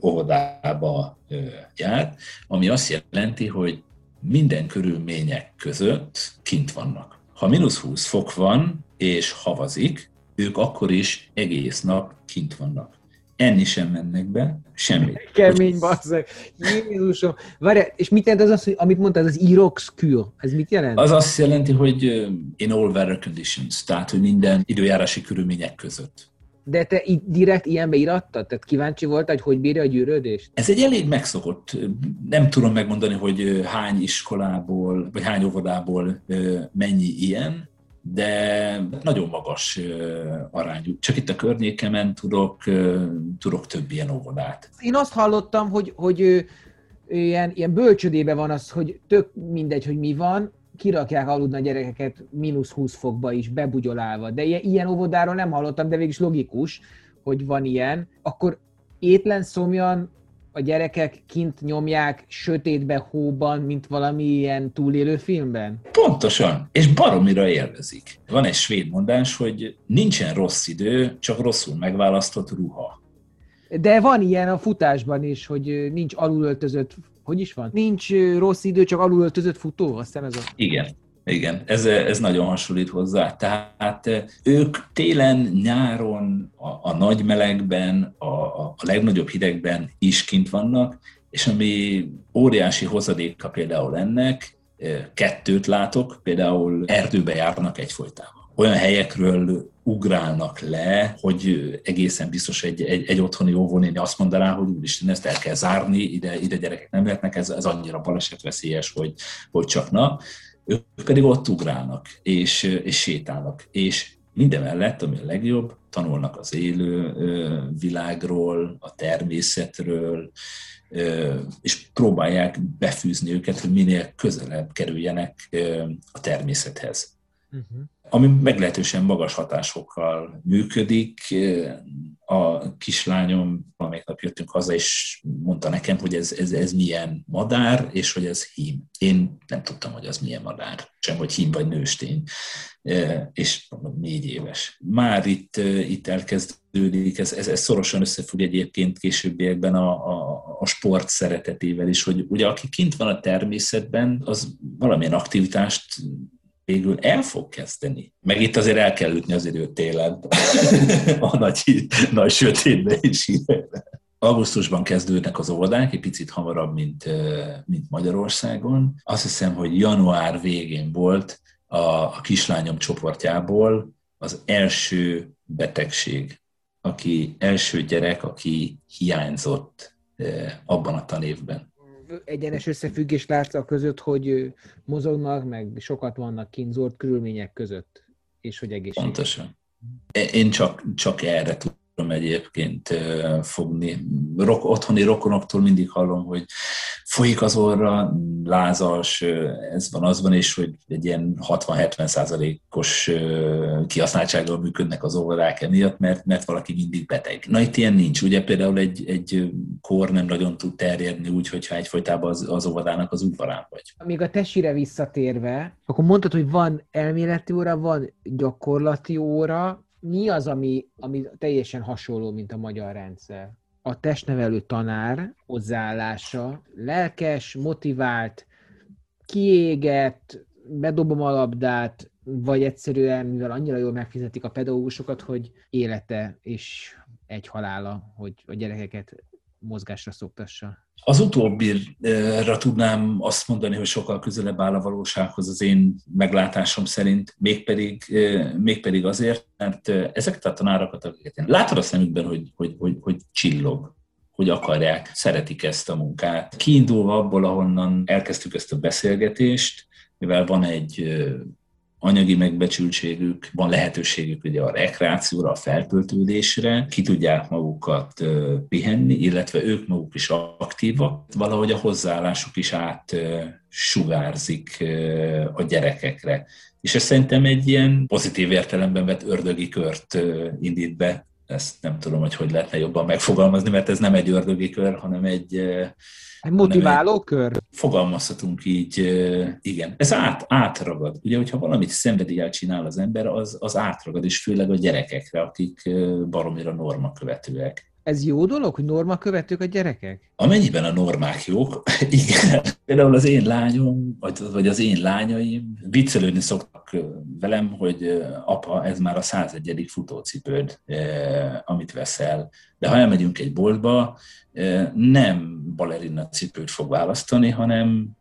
Speaker 3: óvodába jár, ami azt jelenti, hogy minden körülmények között kint vannak. Ha -20 fok van, és havazik, ők akkor is egész nap kint vannak. Enni sem mennek be, semmit.
Speaker 2: Kemény basszeg. Jézusom. Várjál, és mit jelent az, amit mondtad, az űrokszkür? Ez mit jelent?
Speaker 3: Az azt jelenti, hogy in all weather conditions, tehát, hogy minden időjárási körülmények között.
Speaker 2: De te direkt ilyenbe irattad? Tehát kíváncsi voltál, hogy bírja a gyűrődést?
Speaker 3: Ez egy elég megszokott, nem tudom megmondani, hogy hány iskolából, vagy hány óvodából mennyi ilyen, de nagyon magas arányú. Csak itt a környékemen tudok több ilyen óvodát.
Speaker 2: Én azt hallottam, hogy ilyen bölcsödében van az, hogy tök mindegy, hogy mi van, kirakják aludni a gyerekeket -20 fokba is, bebugyolálva. De ilyen óvodáról nem hallottam, de végülis logikus, hogy van ilyen. Akkor étlen szomjan a gyerekek kint nyomják sötétbe, hóban, mint valami ilyen túlélő filmben?
Speaker 3: Pontosan, és baromira élvezik. Van egy svéd mondás, hogy nincsen rossz idő, csak rosszul megválasztott ruha.
Speaker 2: De van ilyen a futásban is, hogy nincs alulöltözött, hogy is van? Nincs rossz idő, csak alulöltözött futó, azt hiszem ez a...
Speaker 3: Igen, ez nagyon hasonlít hozzá. Tehát ők télen, nyáron, a nagy melegben, a legnagyobb hidegben is kint vannak, és ami óriási hozadéka például ennek, 2 látok, például erdőbe járnak egyfolytában. Olyan helyekről ugrálnak le, hogy egészen biztos egy otthoni óvónéni azt mondaná, hogy úristen, ezt el kell zárni, ide gyerekek nem lehetnek, ez annyira balesetveszélyes, hogy csak na. Ők pedig ott ugrálnak, és sétálnak, és Mindemellett, ami a legjobb, tanulnak az élő világról, a természetről, és próbálják befűzni őket, hogy minél közelebb kerüljenek a természethez. Ami meglehetősen magas hatásokkal működik. A kislányom, amelyik nap jöttünk haza, és mondta nekem, hogy ez milyen madár, és hogy ez hím. Én nem tudtam, hogy az milyen madár, sem hogy hím vagy nőstény. És mondom, 4 éves. Már itt elkezdődik, ez szorosan összefügg egyébként későbbiekben a sport szeretetével is, hogy ugye aki kint van a természetben, az valamilyen aktivitást végül el fog kezdeni. Meg itt azért el kell ütni az időt télen, a nagy sötétben és hidegben. Augusztusban kezdődnek az óvodák, egy picit hamarabb, mint Magyarországon. Azt hiszem, hogy január végén volt a kislányom csoportjából az első betegség, első gyerek, aki hiányzott abban a tanévben.
Speaker 2: Egyenes összefüggés látsz a között, hogy mozognak, meg sokat vannak kínzott körülmények között, és hogy egészséges.
Speaker 3: Pontosan. Én csak erre tudom egyébként fogni. Otthoni rokonoktól mindig hallom, hogy folyik az orra, lázas, ez van, az van, és hogy egy ilyen 60-70%-os kihasználtsággal működnek az óvodák emiatt, mert valaki mindig beteg. Na itt ilyen nincs. Ugye például egy kór nem nagyon tud terjedni úgy, hogyha egyfolytában az óvodának az udvarán vagy.
Speaker 2: Még a tesire visszatérve, akkor mondtad, hogy van elméleti óra, van gyakorlati óra. Mi az, ami teljesen hasonló, mint a magyar rendszer? A testnevelő tanár hozzáállása, lelkes, motivált, kiégett, bedobom a labdát, vagy egyszerűen, mivel annyira jól megfizetik a pedagógusokat, hogy élete és egy halála, hogy a gyerekeket mozgásra szoktassa.
Speaker 3: Az utóbbira tudnám azt mondani, hogy sokkal közelebb áll a valósághoz az én meglátásom szerint, mégpedig azért, mert ezeket a tanárokat, akiket én látod a szemükben, hogy csillog, hogy akarják, szeretik ezt a munkát. Kiindulva abból, ahonnan elkezdtük ezt a beszélgetést, mivel van egy anyagi megbecsültségük, van lehetőségük ugye a rekreációra, a feltöltődésre, ki tudják magukat pihenni, illetve ők maguk is aktívak. Valahogy a hozzáállásuk is átsugárzik a gyerekekre. És ez szerintem egy ilyen pozitív értelemben vett ördögi kört indít be. Ezt nem tudom, hogy lehetne jobban megfogalmazni, mert ez nem egy ördögi kör, hanem egy
Speaker 2: motiváló kör?
Speaker 3: Fogalmazhatunk így, igen. Ez átragad. Ugye, hogyha valamit szenvedéllyel csinál az ember, az átragad, és főleg a gyerekekre, akik baromira normakövetőek.
Speaker 2: Ez jó dolog, hogy normakövetők a gyerekek?
Speaker 3: Amennyiben a normák jók, igen. Például az én lányom, vagy az én lányaim viccelődni szoktak velem, hogy apa, ez már a 101. futócipőd, amit veszel. De ha elmegyünk egy boltba, nem balerina cipőt fog választani, hanem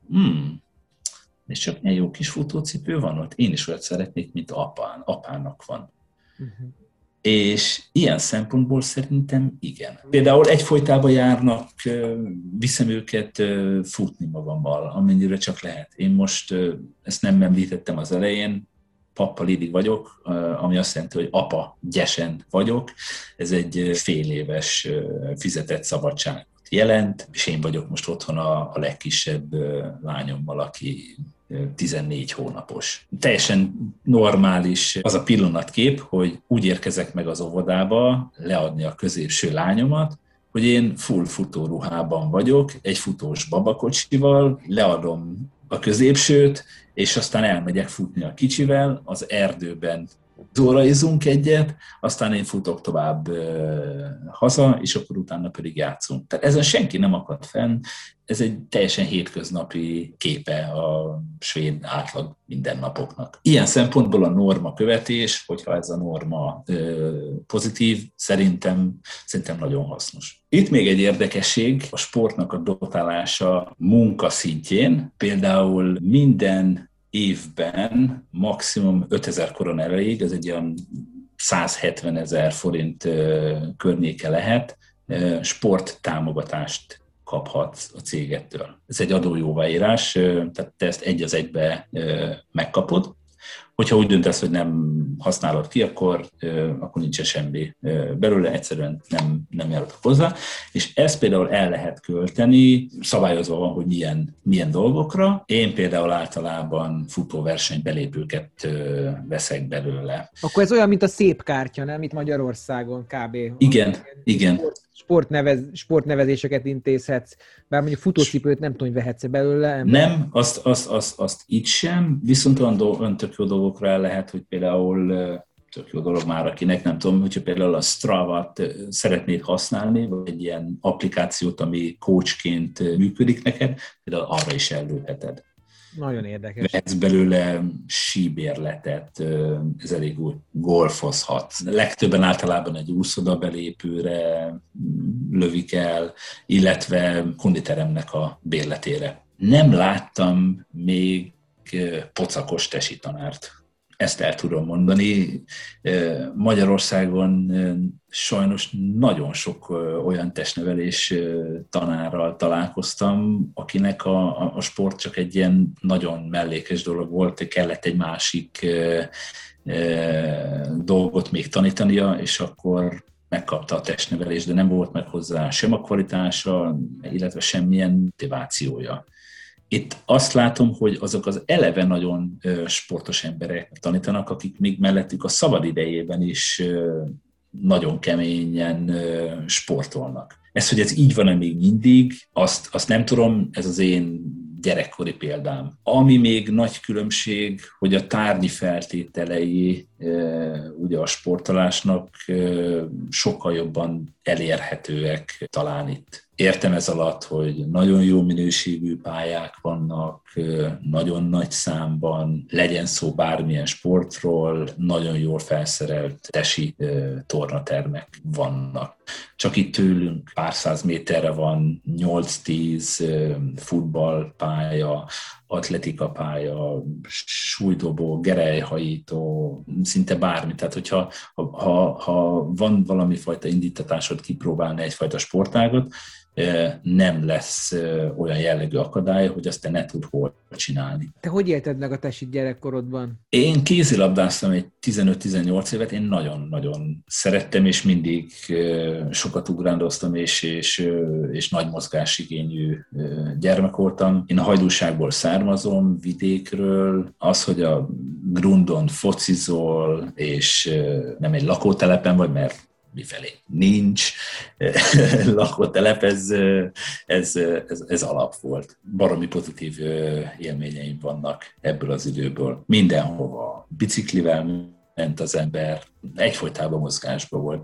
Speaker 3: és csak egy jó kis futócipő van ott. Én is olyat szeretnék, mint apának van. Uh-huh. És ilyen szempontból szerintem igen. Például egyfolytában járnak, viszem őket futni magammal, amennyire csak lehet. Én most ezt nem említettem az elején, Pappa Lidi vagyok, ami azt jelenti, hogy apa gyesen vagyok. Ez egy fél éves fizetett szabadságot jelent, és én vagyok most otthon a legkisebb lányommal, aki 14 hónapos. Teljesen normális az a pillanatkép, hogy úgy érkezek meg az óvodába leadni a középső lányomat, hogy én full futóruhában vagyok, egy futós babakocsival, leadom a középsőt, és aztán elmegyek futni a kicsivel, az erdőben zóraizunk egyet, aztán én futok tovább haza, és akkor utána pedig játszunk. Tehát ezen senki nem akad fenn, ez egy teljesen hétköznapi képe a svéd átlag mindennapoknak. Ilyen szempontból a norma követés, hogyha ez a norma pozitív, szerintem nagyon hasznos. Itt még egy érdekesség, a sportnak a dotálása munka szintjén, például minden évben maximum 5000 korona erejéig, ez egy olyan 170 000 forint környéke lehet, sporttámogatást kaphatsz a cégettől. Ez egy adójóváírás, tehát te ezt egy az egybe megkapod, Hogyha úgy döntesz, hogy nem használod ki, akkor nincsen semmi belőle, egyszerűen nem járultak hozzá. És ezt például el lehet költeni, szabályozva van, hogy milyen dolgokra. Én például általában futóverseny belépőket veszek belőle.
Speaker 2: Akkor ez olyan, mint a szép kártya, nem? Itt Magyarországon kb.
Speaker 3: Igen.
Speaker 2: Sportnevezéseket intézhetsz, bár mondjuk futócipőt nem tudom, hogy vehetsz belőle.
Speaker 3: Nem, azt itt sem, viszont olyan tök jó dolgokra el lehet, hogy például tök jó dolog már, akinek nem tudom, hogyha például a Strava-t szeretnéd használni, vagy egy ilyen applikációt, ami coachként működik neked, például arra is ellőheted.
Speaker 2: Nagyon érdekes.
Speaker 3: Vehetsz belőle síbérletet, ez elég úgy golfozhat. Legtöbben általában egy úszodabelépőre lövik el, illetve konditeremnek a bérletére. Nem láttam még pocakos tesi tanárt. Ezt el tudom mondani. Magyarországon sajnos nagyon sok olyan testnevelés tanárral találkoztam, akinek a sport csak egy ilyen nagyon mellékes dolog volt, hogy kellett egy másik dolgot még tanítania, és akkor megkapta a testnevelést, de nem volt meg hozzá sem a kvalitása, illetve semmilyen motivációja. Itt azt látom, hogy azok az eleve nagyon sportos emberek tanítanak, akik még mellettük a szabadidejében is nagyon keményen sportolnak. Ez, hogy ez így van-e még mindig, azt nem tudom, ez az én gyerekkori példám. Ami még nagy különbség, hogy a tárgyi feltételei ugye a sportolásnak sokkal jobban elérhetőek talán itt. Értem ez alatt, hogy nagyon jó minőségű pályák vannak, nagyon nagy számban, legyen szó bármilyen sportról, nagyon jól felszerelt tesi tornatermek vannak. Csak itt tőlünk pár száz méterre van 8-10 futballpálya, atletikapálya, súlydobó, gerelyhajító, szinte bármi. Tehát, hogyha ha van valami fajta indítatásod kipróbálni egyfajta sportágot, nem lesz olyan jellegű akadály, hogy azt te ne tud hol csinálni.
Speaker 2: Te hogy élted meg a tesi gyerekkorodban?
Speaker 3: Én kézilabdáztam egy 15-18 évet, én nagyon-nagyon szerettem, és mindig sokat ugrándoztam, és nagy mozgásigényű gyermek voltam. Én a Hajdúságból származom, vidékről. Az, hogy a Grundon focizol, és nem egy lakótelepen vagy, mert mifelé nincs lakótelep, ez alap volt. Baromi pozitív élményeim vannak ebből az időből. Mindenhova biciklivel ment az ember, egyfolytában mozgásban volt,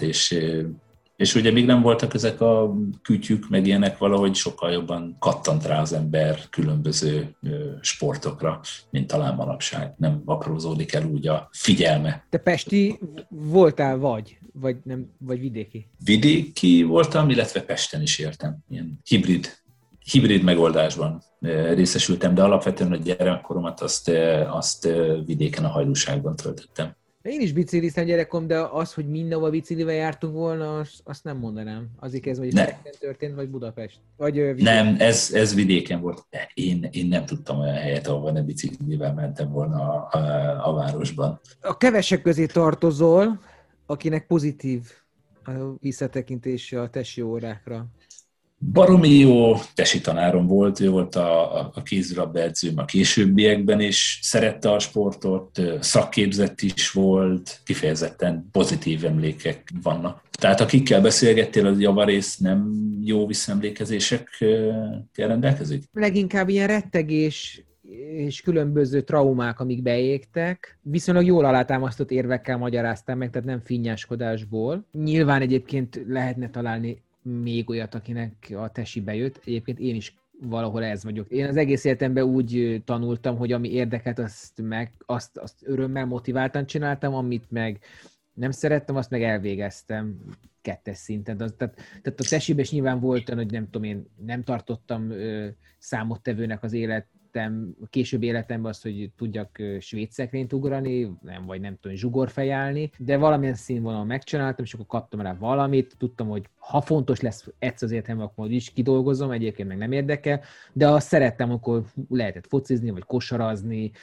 Speaker 3: és ugye még nem voltak ezek a kütyük, meg ilyenek, valahogy sokkal jobban kattant rá az ember különböző sportokra, mint talán manapság. Nem aprózódik el úgy a figyelme.
Speaker 2: Te pesti voltál vagy vidéki?
Speaker 3: Vidéki voltam, illetve Pesten is éltem. Ilyen hibrid megoldásban részesültem, de alapvetően a gyerekkoromat azt vidéken, a Hajdúságban töltöttem.
Speaker 2: Én is bicikliztem gyerekkom, de az, hogy mindenhol biciklivel jártunk volna, azt nem mondanám. Azért ez vagy Pesten történt, vagy Budapest? Vagy
Speaker 3: nem, ez vidéken volt. Én nem tudtam olyan helyet, ahol ne biciklivel mentem volna a városban.
Speaker 2: A kevesek közé tartozol, akinek pozitív a visszatekintése a tesi órákra.
Speaker 3: Baromi jó tesi tanárom volt, ő volt a kézilabda edzőm a későbbiekben is, szerette a sportot, szakképzett is volt, kifejezetten pozitív emlékek vannak. Tehát akikkel beszélgettél, az javarész nem jó visszaemlékezésekkel rendelkezik?
Speaker 2: Leginkább ilyen rettegés és különböző traumák, amik beégtek. Viszonylag jól alátámasztott érvekkel magyaráztam meg, tehát nem finnyáskodásból. Nyilván egyébként lehetne találni még olyat, akinek a tesi bejött. Egyébként én is valahol ez vagyok. Én az egész életemben úgy tanultam, hogy ami érdekelt, azt örömmel motiváltan csináltam, amit meg nem szerettem, azt meg elvégeztem 2. szinten. Tehát a tesiben is nyilván volt olyan, hogy nem tudom, én nem tartottam számottevőnek az később életemben azt, hogy tudjak svéd szekrényt ugrani, vagy nem tudom, zsugorfejállni, de valamilyen színvonalon megcsináltam, és akkor kaptam rá valamit, tudtam, hogy ha fontos lesz egyszer az életemben, akkor is kidolgozom, egyébként meg nem érdekel, de azt szerettem, akkor lehetett focizni, vagy kosarazni,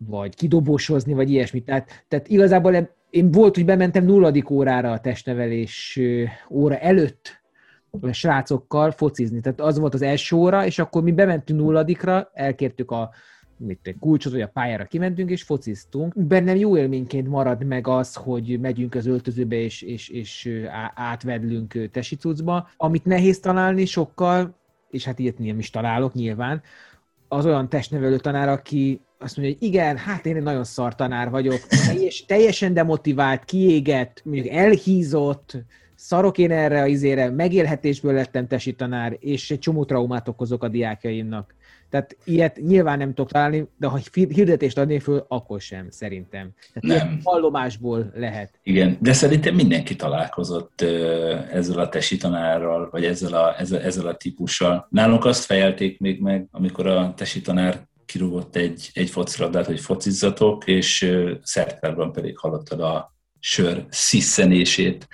Speaker 2: vagy kidobósozni, vagy ilyesmi. Tehát igazából én volt, hogy bementem 0. órára a testnevelés óra előtt a srácokkal focizni. Tehát az volt az első óra, és akkor mi bementünk 0-ra, elkértük a kulcsot, vagy a pályára kimentünk, és fociztunk. Bennem jó élményként marad meg az, hogy megyünk az öltözőbe, és átvedlünk tesicucba. Amit nehéz találni sokkal, és hát ilyet nem is találok nyilván, az olyan testnevelő tanár, aki azt mondja, hogy igen, hát én egy nagyon szar tanár vagyok, teljesen demotivált, kiégett, mondjuk elhízott, szarok én erre a izére, megélhetésből lettem tesi tanár, és egy csomó traumát okozok a diákjaimnak. Tehát ilyet nyilván nem tudok találni, de ha hirdetést adnék föl, akkor sem, szerintem. Tehát nem. Hallomásból lehet.
Speaker 3: Igen, de szerintem mindenki találkozott ezzel a tesi tanárral, vagy ezzel a típussal. Nálunk azt fejelték még meg, amikor a tesi tanár kirúgott egy focilabdát, hogy focizzatok, és szertárban pedig hallottad a sör sziszenését,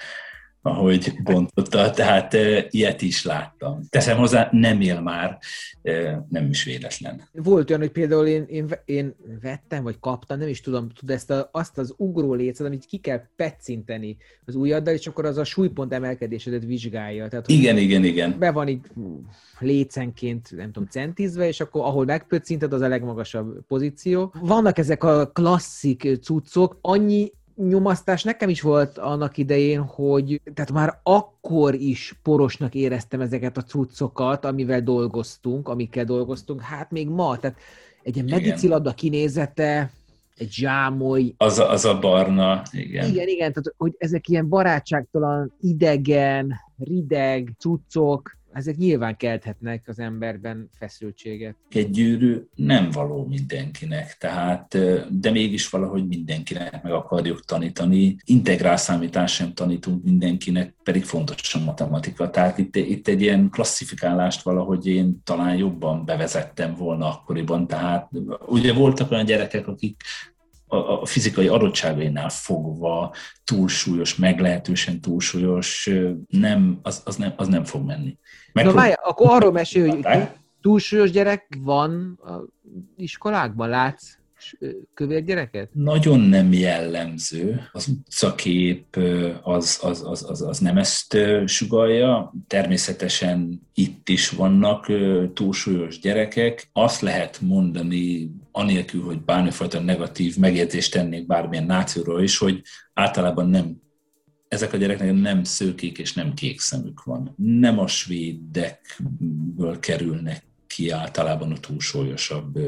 Speaker 3: ahogy bontotta, tehát ilyet is láttam. Teszem hozzá, nem él már, nem is véletlen.
Speaker 2: Volt olyan, hogy például én vettem, vagy kaptam, nem is tudom, azt az ugró lécet, amit ki kell petszinteni az ujjaddal, és akkor az a súlypont emelkedésedet vizsgálja. Tehát,
Speaker 3: igen.
Speaker 2: Be van így lécenként, nem tudom, centizve, és akkor ahol megpöccinted, az a legmagasabb pozíció. Vannak ezek a klasszik cuccok, annyi nyomasztás nekem is volt annak idején, hogy tehát már akkor is porosnak éreztem ezeket a cuccokat, amikkel dolgoztunk, hát még ma, tehát egy ilyen medicilabda kinézete, egy zsámoly.
Speaker 3: Az a barna, igen.
Speaker 2: Igen, tehát hogy ezek ilyen barátságtalan, idegen, rideg cuccok, ezek nyilván kelthetnek az emberben feszültséget.
Speaker 3: Egy gyűrű nem való mindenkinek, tehát, de mégis valahogy mindenkinek meg akarjuk tanítani. Integrál számítást sem tanítunk mindenkinek, pedig fontos a matematika. Tehát itt egy ilyen klasszifikálást valahogy én talán jobban bevezettem volna akkoriban. Tehát ugye voltak olyan gyerekek, akik a fizikai adottságainál fogva túlsúlyos, meglehetősen túlsúlyos, az nem fog menni.
Speaker 2: Na várj, akkor arról mesélj, hogy túlsúlyos gyerek van az iskolákban, látsz kövér gyereket?
Speaker 3: Nagyon nem jellemző. Az utcakép az nem ezt sugallja. Természetesen itt is vannak túlsúlyos gyerekek. Azt lehet mondani, anélkül, hogy bármifajta negatív megjegyzést tennék bármilyen nációról is, hogy általában ezek a gyereknek nem szőkék és nem kék szemük van. Nem a svédekből kerülnek ki általában a túlsúlyosabb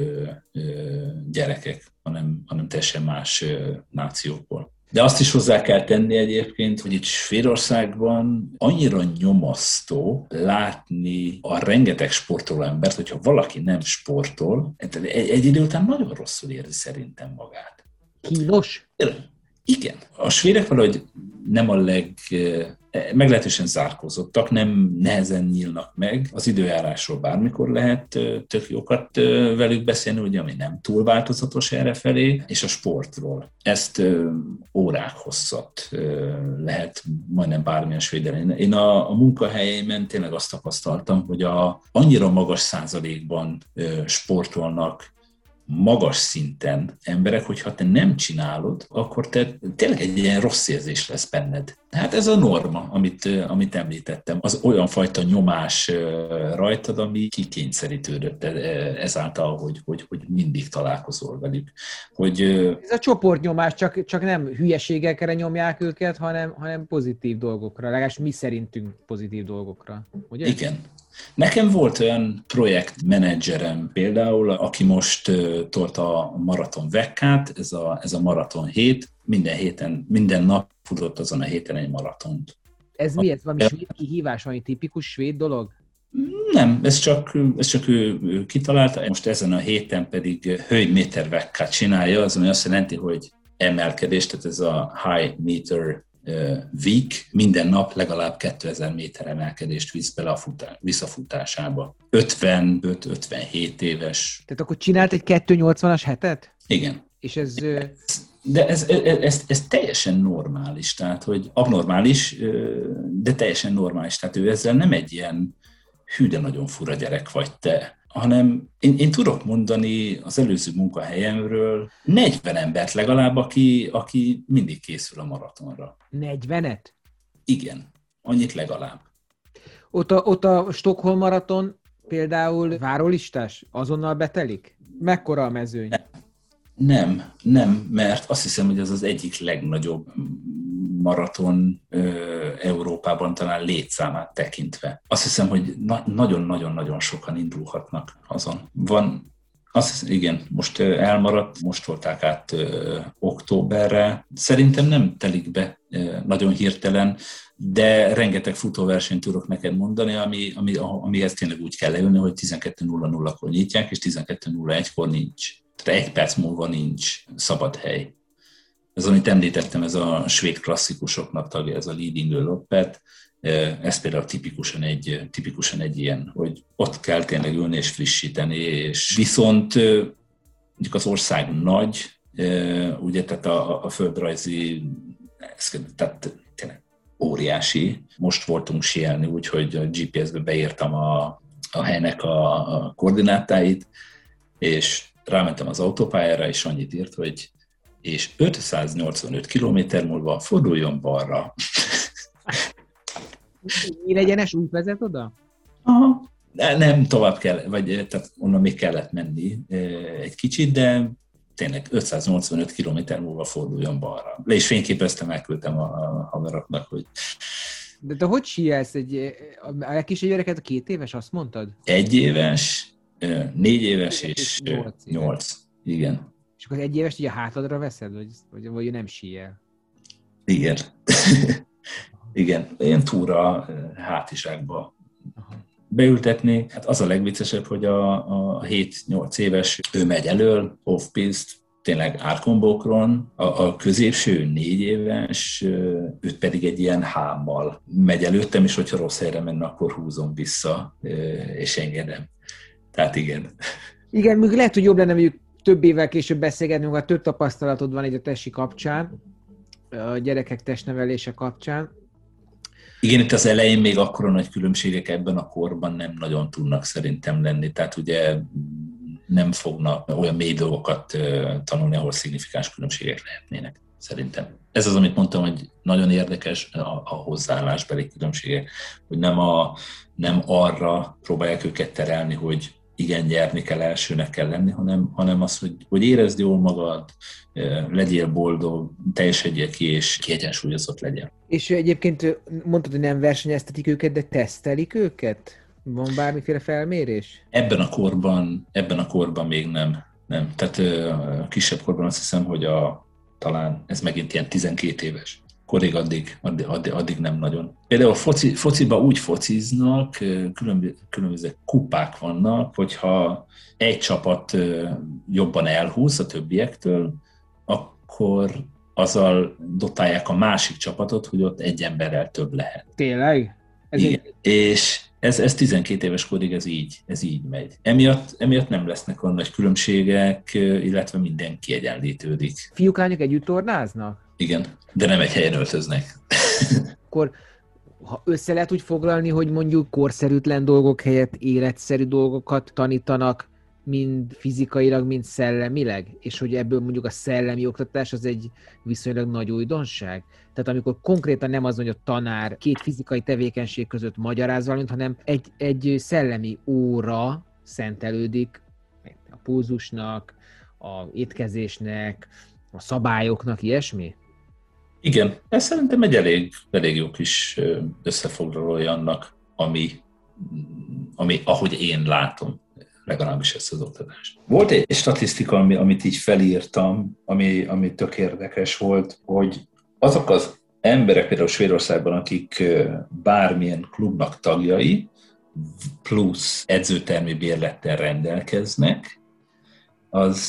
Speaker 3: gyerekek, hanem teljesen más nációkból. De azt is hozzá kell tenni egyébként, hogy itt Svédországban annyira nyomasztó látni a rengeteg sportoló embert, hogyha valaki nem sportol, egy idő után nagyon rosszul érzi szerintem magát.
Speaker 2: Kínos?
Speaker 3: Igen. A svédek valahogy nem meglehetősen zárkózottak, nem nehezen nyílnak meg. Az időjárásról bármikor lehet tök jókat velük beszélni, ugye, ami nem túl változatos errefelé, és a sportról. Ezt órák hosszat lehet majdnem bármilyen svéden. Én a munkahelyeimen tényleg azt tapasztaltam, hogy annyira magas százalékban sportolnak magas szinten emberek, hogyha te nem csinálod, akkor te tényleg egy ilyen rossz érzés lesz benned. Hát ez a norma, amit említettem. Az olyan fajta nyomás rajtad, ami kikényszerítődött ezáltal, hogy mindig találkozol velük.
Speaker 2: Ez a csoportnyomás, csak nem hülyeségekre nyomják őket, hanem pozitív dolgokra, legalábbis mi szerintünk pozitív dolgokra. Ugye?
Speaker 3: Igen. Nekem volt olyan projektmenedzserem például, aki most tolta a maraton Vekkát, ez a maraton hét, minden nap futott azon a héten egy maratont.
Speaker 2: Ez mi? Ez valami svéd kihívás, valami tipikus svéd dolog?
Speaker 3: Nem, ez csak ő kitalálta. Most ezen a héten pedig hőméter Vekkát csinálja, az ami azt jelenti, hogy emelkedés, tehát ez a high meter week, minden nap legalább 2000 méter emelkedést visz bele a visszafutásába. 55-57 éves.
Speaker 2: Tehát akkor csinált egy 280-as hetet?
Speaker 3: Igen.
Speaker 2: És ez...
Speaker 3: De ez teljesen normális, tehát hogy abnormális, de teljesen normális. Tehát ő ezzel nem egy ilyen hű, de nagyon fura gyerek vagy te, hanem én tudok mondani az előző munkahelyemről 40 embert legalább, aki mindig készül a maratonra.
Speaker 2: 40-et?
Speaker 3: Igen, annyit legalább.
Speaker 2: Ott a Stockholm maraton például várólistás? Azonnal betelik? Mekkora a mezőny?
Speaker 3: Nem, mert azt hiszem, hogy ez az egyik legnagyobb maraton Európában talán létszámát tekintve. Azt hiszem, hogy nagyon-nagyon-nagyon sokan indulhatnak azon. Igen, most elmaradt, most tolták át októberre. Szerintem nem telik be nagyon hirtelen, de rengeteg futóversenyt tudok neked mondani, amihez tényleg úgy kell leülni, hogy 12:00-kor nyitják, és 12:01-kor nincs. Tehát 1 perc múlva nincs szabad hely. Ez, amit említettem, ez a svéd klasszikusoknak tagja, ez a Lidingö Loppet, ez például tipikusan egy ilyen, hogy ott kell tényleg ülni és frissíteni, és viszont mondjuk az ország nagy, ugye, tehát a földrajzi, tehát tényleg óriási. Most voltunk síelni, úgyhogy a GPS-be beírtam a helynek a koordinátáit, és rámentem az autópályára, és annyit írt, hogy és 585 kilométer múlva forduljon balra.
Speaker 2: Nyíregyenes út vezet oda?
Speaker 3: Aha. Nem, tovább kell, tehát onnan még kellett menni egy kicsit, de tényleg 585 kilométer múlva forduljon balra. Le is fényképeztem, elküldtem a haveroknak, hogy...
Speaker 2: De te hogy síelsz? A legkisebb gyereket a 2 éves, azt mondtad?
Speaker 3: 1 éves, 4 éves és 8. Igen.
Speaker 2: És akkor az 1 évest így a hátadra veszed, vagy nem síel?
Speaker 3: Igen. Igen. Ilyen túra hátizsákba beültetni. Hát az a legviccesebb, hogy a 7-8 éves, ő megy elől, off-piste, tényleg árkombokron, a középső 4 éves, őt pedig egy ilyen hámmal megy előttem, és hogyha rossz helyre menne, akkor húzom vissza, és engedem. Tehát igen.
Speaker 2: Igen, még lehet, hogy jobb lenne, hogy több évvel később beszélgetnünk, ha több tapasztalatod van egy a tesi kapcsán, a gyerekek testnevelése kapcsán.
Speaker 3: Igen, itt az elején még akkora nagy különbségek ebben a korban nem nagyon tudnak szerintem lenni, tehát ugye nem fognak olyan mély dolgokat tanulni, ahol szignifikáns különbségek lehetnének, szerintem. Ez az, amit mondtam, hogy nagyon érdekes a hozzáállásbeli különbségek, hogy nem arra próbálják őket terelni, hogy igen, nyerni kell, elsőnek kell lenni, hanem az, hogy érezd jól magad, legyél boldog, teljesedjél ki, és kiegyensúlyozott legyen. És
Speaker 2: egyébként mondtad, hogy nem versenyeztetik őket, de tesztelik őket? Van bármiféle felmérés?
Speaker 3: Ebben a korban még nem. Tehát a kisebb korban azt hiszem, hogy talán ez megint ilyen 12 éves korig addig nem nagyon. Például fociba úgy fociznak, különböző kupák vannak, hogyha egy csapat jobban elhúz a többiektől, akkor azzal dotálják a másik csapatot, hogy ott egy emberrel több lehet.
Speaker 2: Tényleg?
Speaker 3: Igen. És ez 12 éves korig ez így megy. Emiatt nem lesznek olyan nagy különbségek, illetve minden kiegyenlítődik.
Speaker 2: Fiúk-lányok együtt tornáznak?
Speaker 3: Igen, de nem egy helyen öltöznek.
Speaker 2: Akkor ha össze lehet úgy foglalni, hogy mondjuk korszerűtlen dolgok helyett életszerű dolgokat tanítanak, mind fizikailag, mind szellemileg, és hogy ebből mondjuk a szellemi oktatás az egy viszonylag nagy újdonság. Tehát amikor konkrétan nem az, hogy a tanár 2 fizikai tevékenység között magyaráz valamit, hanem egy szellemi óra szentelődik a pulzusnak, a étkezésnek, a szabályoknak, ilyesmi?
Speaker 3: Igen, ez szerintem egy elég jó kis összefoglalója annak, ami ahogy én látom, legalábbis ezt az oktatást. Volt egy statisztika, amit így felírtam, ami tök érdekes volt, hogy azok az emberek például Svédországban, akik bármilyen klubnak tagjai, plusz edzőtermi bérlettel rendelkeznek, az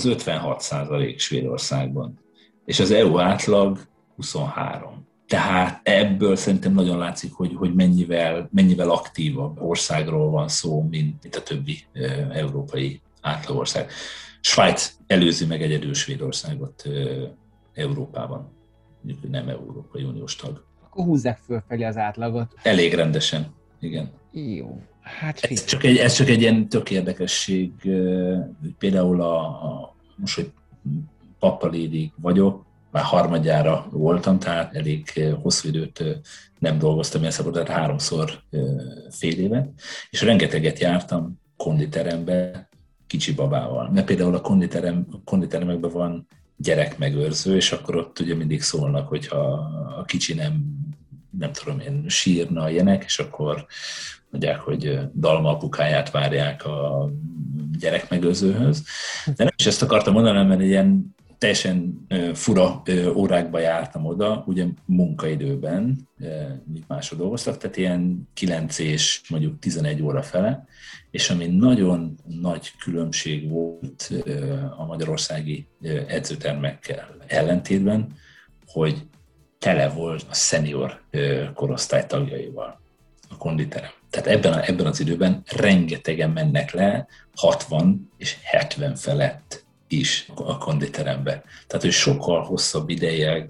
Speaker 3: 56% Svédországban. És az EU átlag 23. Tehát ebből szerintem nagyon látszik, hogy mennyivel aktívabb országról van szó, mint a többi európai átlagország. Svájc előzi meg egyedül Svédországot Európában, nem Európai Uniós tag.
Speaker 2: Akkor húzzák fölfelé az átlagot.
Speaker 3: Elég rendesen, igen.
Speaker 2: Jó. Hát
Speaker 3: ez csak egy ilyen tök érdekesség, például most, hogy pappalédig vagyok, már harmadjára voltam, tehát elég hosszú időt nem dolgoztam ilyen szabadon, 3-szor fél évet, és rengeteget jártam konditerembe kicsi babával. Mert például a konditeremekben van gyerekmegőrző, és akkor ott ugye mindig szólnak, hogyha a kicsi nem tudom én, sírna ilyenek, és akkor mondják, hogy Dalma apukáját várják a gyerekmegőrzőhöz. De nem is ezt akartam mondani, mert ilyen teljesen fura órákba jártam oda, ugye munkaidőben, míg mások dolgoztak, tehát ilyen 9 és mondjuk 11 óra fele, és ami nagyon nagy különbség volt a magyarországi edzőtermekkel ellentétben, hogy tele volt a szenior korosztály tagjaival a konditerem. Tehát ebben az időben rengetegen mennek le 60 és 70 felett is a konditerembe. Tehát, hogy sokkal hosszabb ideig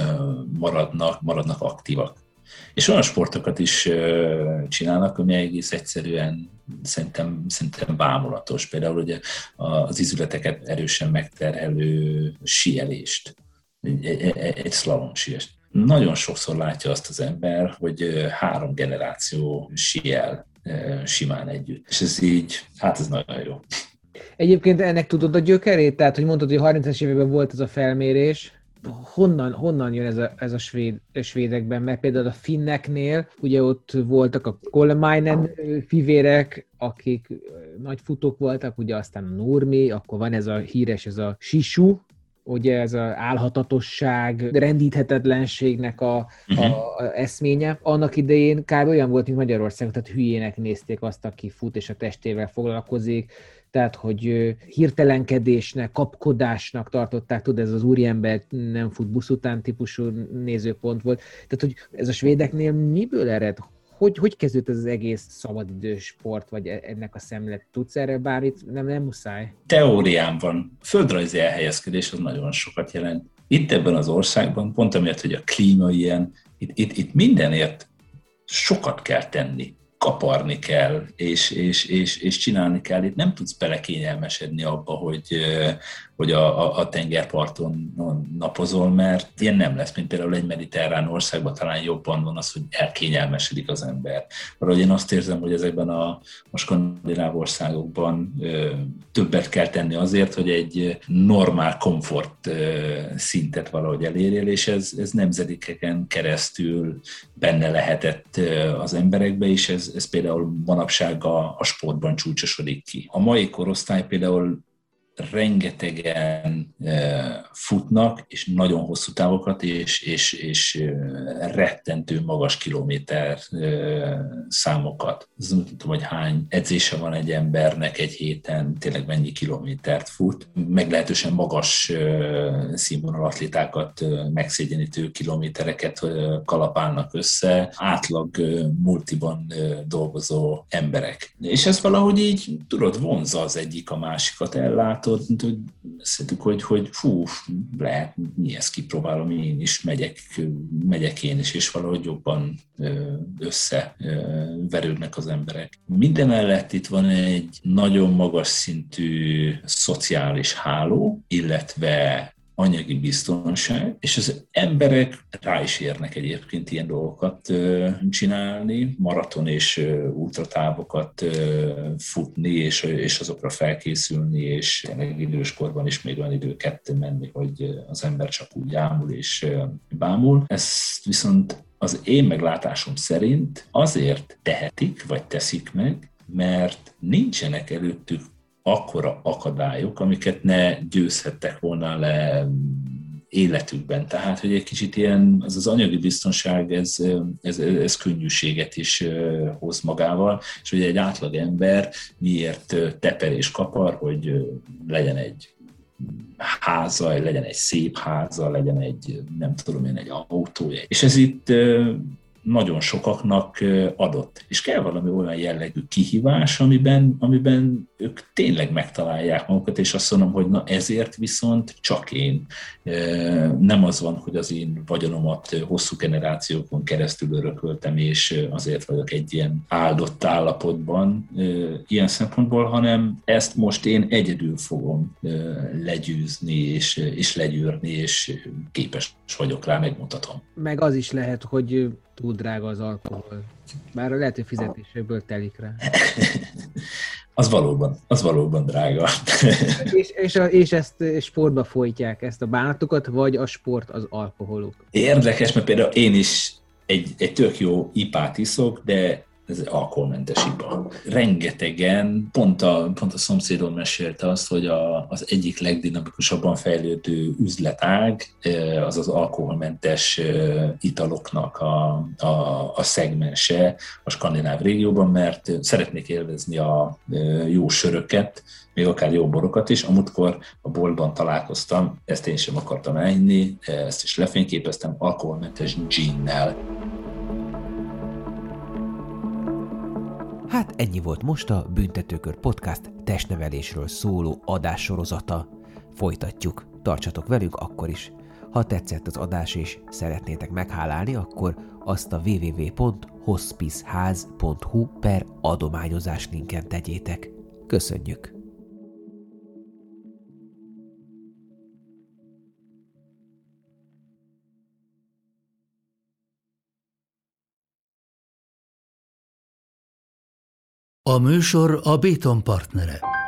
Speaker 3: maradnak aktívak. És olyan sportokat is csinálnak, ami egész egyszerűen szerintem bámulatos. Például ugye az izületeket erősen megterhelő síelést, egy szlalom síelést. Nagyon sokszor látja azt az ember, hogy 3 generáció síel simán együtt. És ez így, hát ez nagyon jó.
Speaker 2: Egyébként ennek tudod a gyökerét? Tehát, hogy mondtad, hogy a 30-as években volt ez a felmérés. Honnan jön ez a svédekben? Mert például a finneknél, ugye ott voltak a Kolmainen fivérek, akik nagy futók voltak, ugye aztán a Nurmi, akkor van ez a híres, ez a Sisu, ugye ez az álhatatosság, rendíthetetlenségnek a eszménye. Annak idején kb. Olyan volt, mint Magyarországon, tehát hülyének nézték azt, aki fut és a testével foglalkozik, tehát, hogy hirtelenkedésnek, kapkodásnak tartották, tudod, ez az úriember nem fut busz után típusú nézőpont volt. Tehát, hogy ez a svédeknél miből ered? Hogy kezdődött ez az egész szabadidős sport, vagy ennek a szemlet? Tudsz erre bármit? Nem muszáj.
Speaker 3: Teórián van. Földrajzi elhelyezkedés az nagyon sokat jelent. Itt ebben az országban, pont amiatt, hogy a klíma ilyen, itt mindenért sokat kell tenni. Kaparni kell, és csinálni kell. Itt nem tudsz belekényelmesedni abba, hogy a tengerparton napozol, mert ilyen nem lesz, mint például egy mediterrán országban talán jobban van az, hogy elkényelmesedik az ember. Valahogy én azt érzem, hogy ezekben a skandináv országokban többet kell tenni azért, hogy egy normál komfort szintet valahogy elérjél, és ez nemzedékeken keresztül benne lehetett az emberekbe, és ez például manapság a sportban csúcsosodik ki. A mai korosztály például rengetegen futnak, és nagyon hosszú távokat, és rettentő magas kilométer számokat. Nem tudom, hogy hány edzése van egy embernek egy héten, tényleg mennyi kilométert fut. Meglehetősen magas színvonal atlétákat megszégyenítő kilométereket kalapálnak össze, átlag multiban dolgozó emberek. És ez valahogy így, tudod, vonzza az egyik a másikat, ellátod, szedjük, hogy fú, lehet, mi ezt kipróbálom, én is megyek én is, és valahogy jobban összeverődnek az emberek. Mindemellett itt van egy nagyon magas szintű szociális háló, illetve anyagi biztonság, és az emberek rá is érnek egyébként ilyen dolgokat csinálni, maraton és ultratávokat futni, és azokra felkészülni, és tényleg időskorban is még olyan időket menni, hogy az ember csak úgy ámul és bámul. Ezt viszont az én meglátásom szerint azért tehetik, vagy teszik meg, mert nincsenek előttük akkora akadályok, amiket ne győzhettek volna le életükben. Tehát, hogy egy kicsit ilyen, az anyagi biztonság, ez könnyűséget is hoz magával, és hogy egy átlag ember miért teper és kapar, hogy legyen egy háza, legyen egy szép háza, legyen egy, nem tudom én, egy autója. És ez itt nagyon sokaknak adott. És kell valami olyan jellegű kihívás, amiben ők tényleg megtalálják magukat, és azt mondom, hogy na ezért viszont csak én. Nem az van, hogy az én vagyonomat hosszú generációkon keresztül örököltem, és azért vagyok egy ilyen áldott állapotban ilyen szempontból, hanem ezt most én egyedül fogom legyőzni, és legyűrni, és képes vagyok rá, megmutatom.
Speaker 2: Meg az is lehet, hogy túl drága az alkohol. Bár lehet, hogy fizetéséből telik rá.
Speaker 3: Az valóban drága.
Speaker 2: és ezt sportba folytják, ezt a bánatokat, vagy a sport az alkoholuk?
Speaker 3: Érdekes, mert például én is egy tök jó ipát iszok, de ez alkoholmentes ipa. Rengetegen, pont a szomszédom mesélte azt, hogy az egyik legdinamikusabban fejlődő üzletág az az alkoholmentes italoknak a szegmense a skandináv régióban, mert szeretnék élvezni a jó söröket, még akár jó borokat is. Amúgykor a boltban találkoztam, ezt én sem akartam elhinni, ezt is lefényképeztem, alkoholmentes ginnel.
Speaker 1: Hát ennyi volt most a Büntetőkör Podcast testnevelésről szóló adássorozata. Folytatjuk. Tartsatok velünk akkor is. Ha tetszett az adás és szeretnétek meghálálni, akkor azt a www.hospiceház.hu/adományozás linken tegyétek. Köszönjük!
Speaker 4: A műsor a Béton partnere.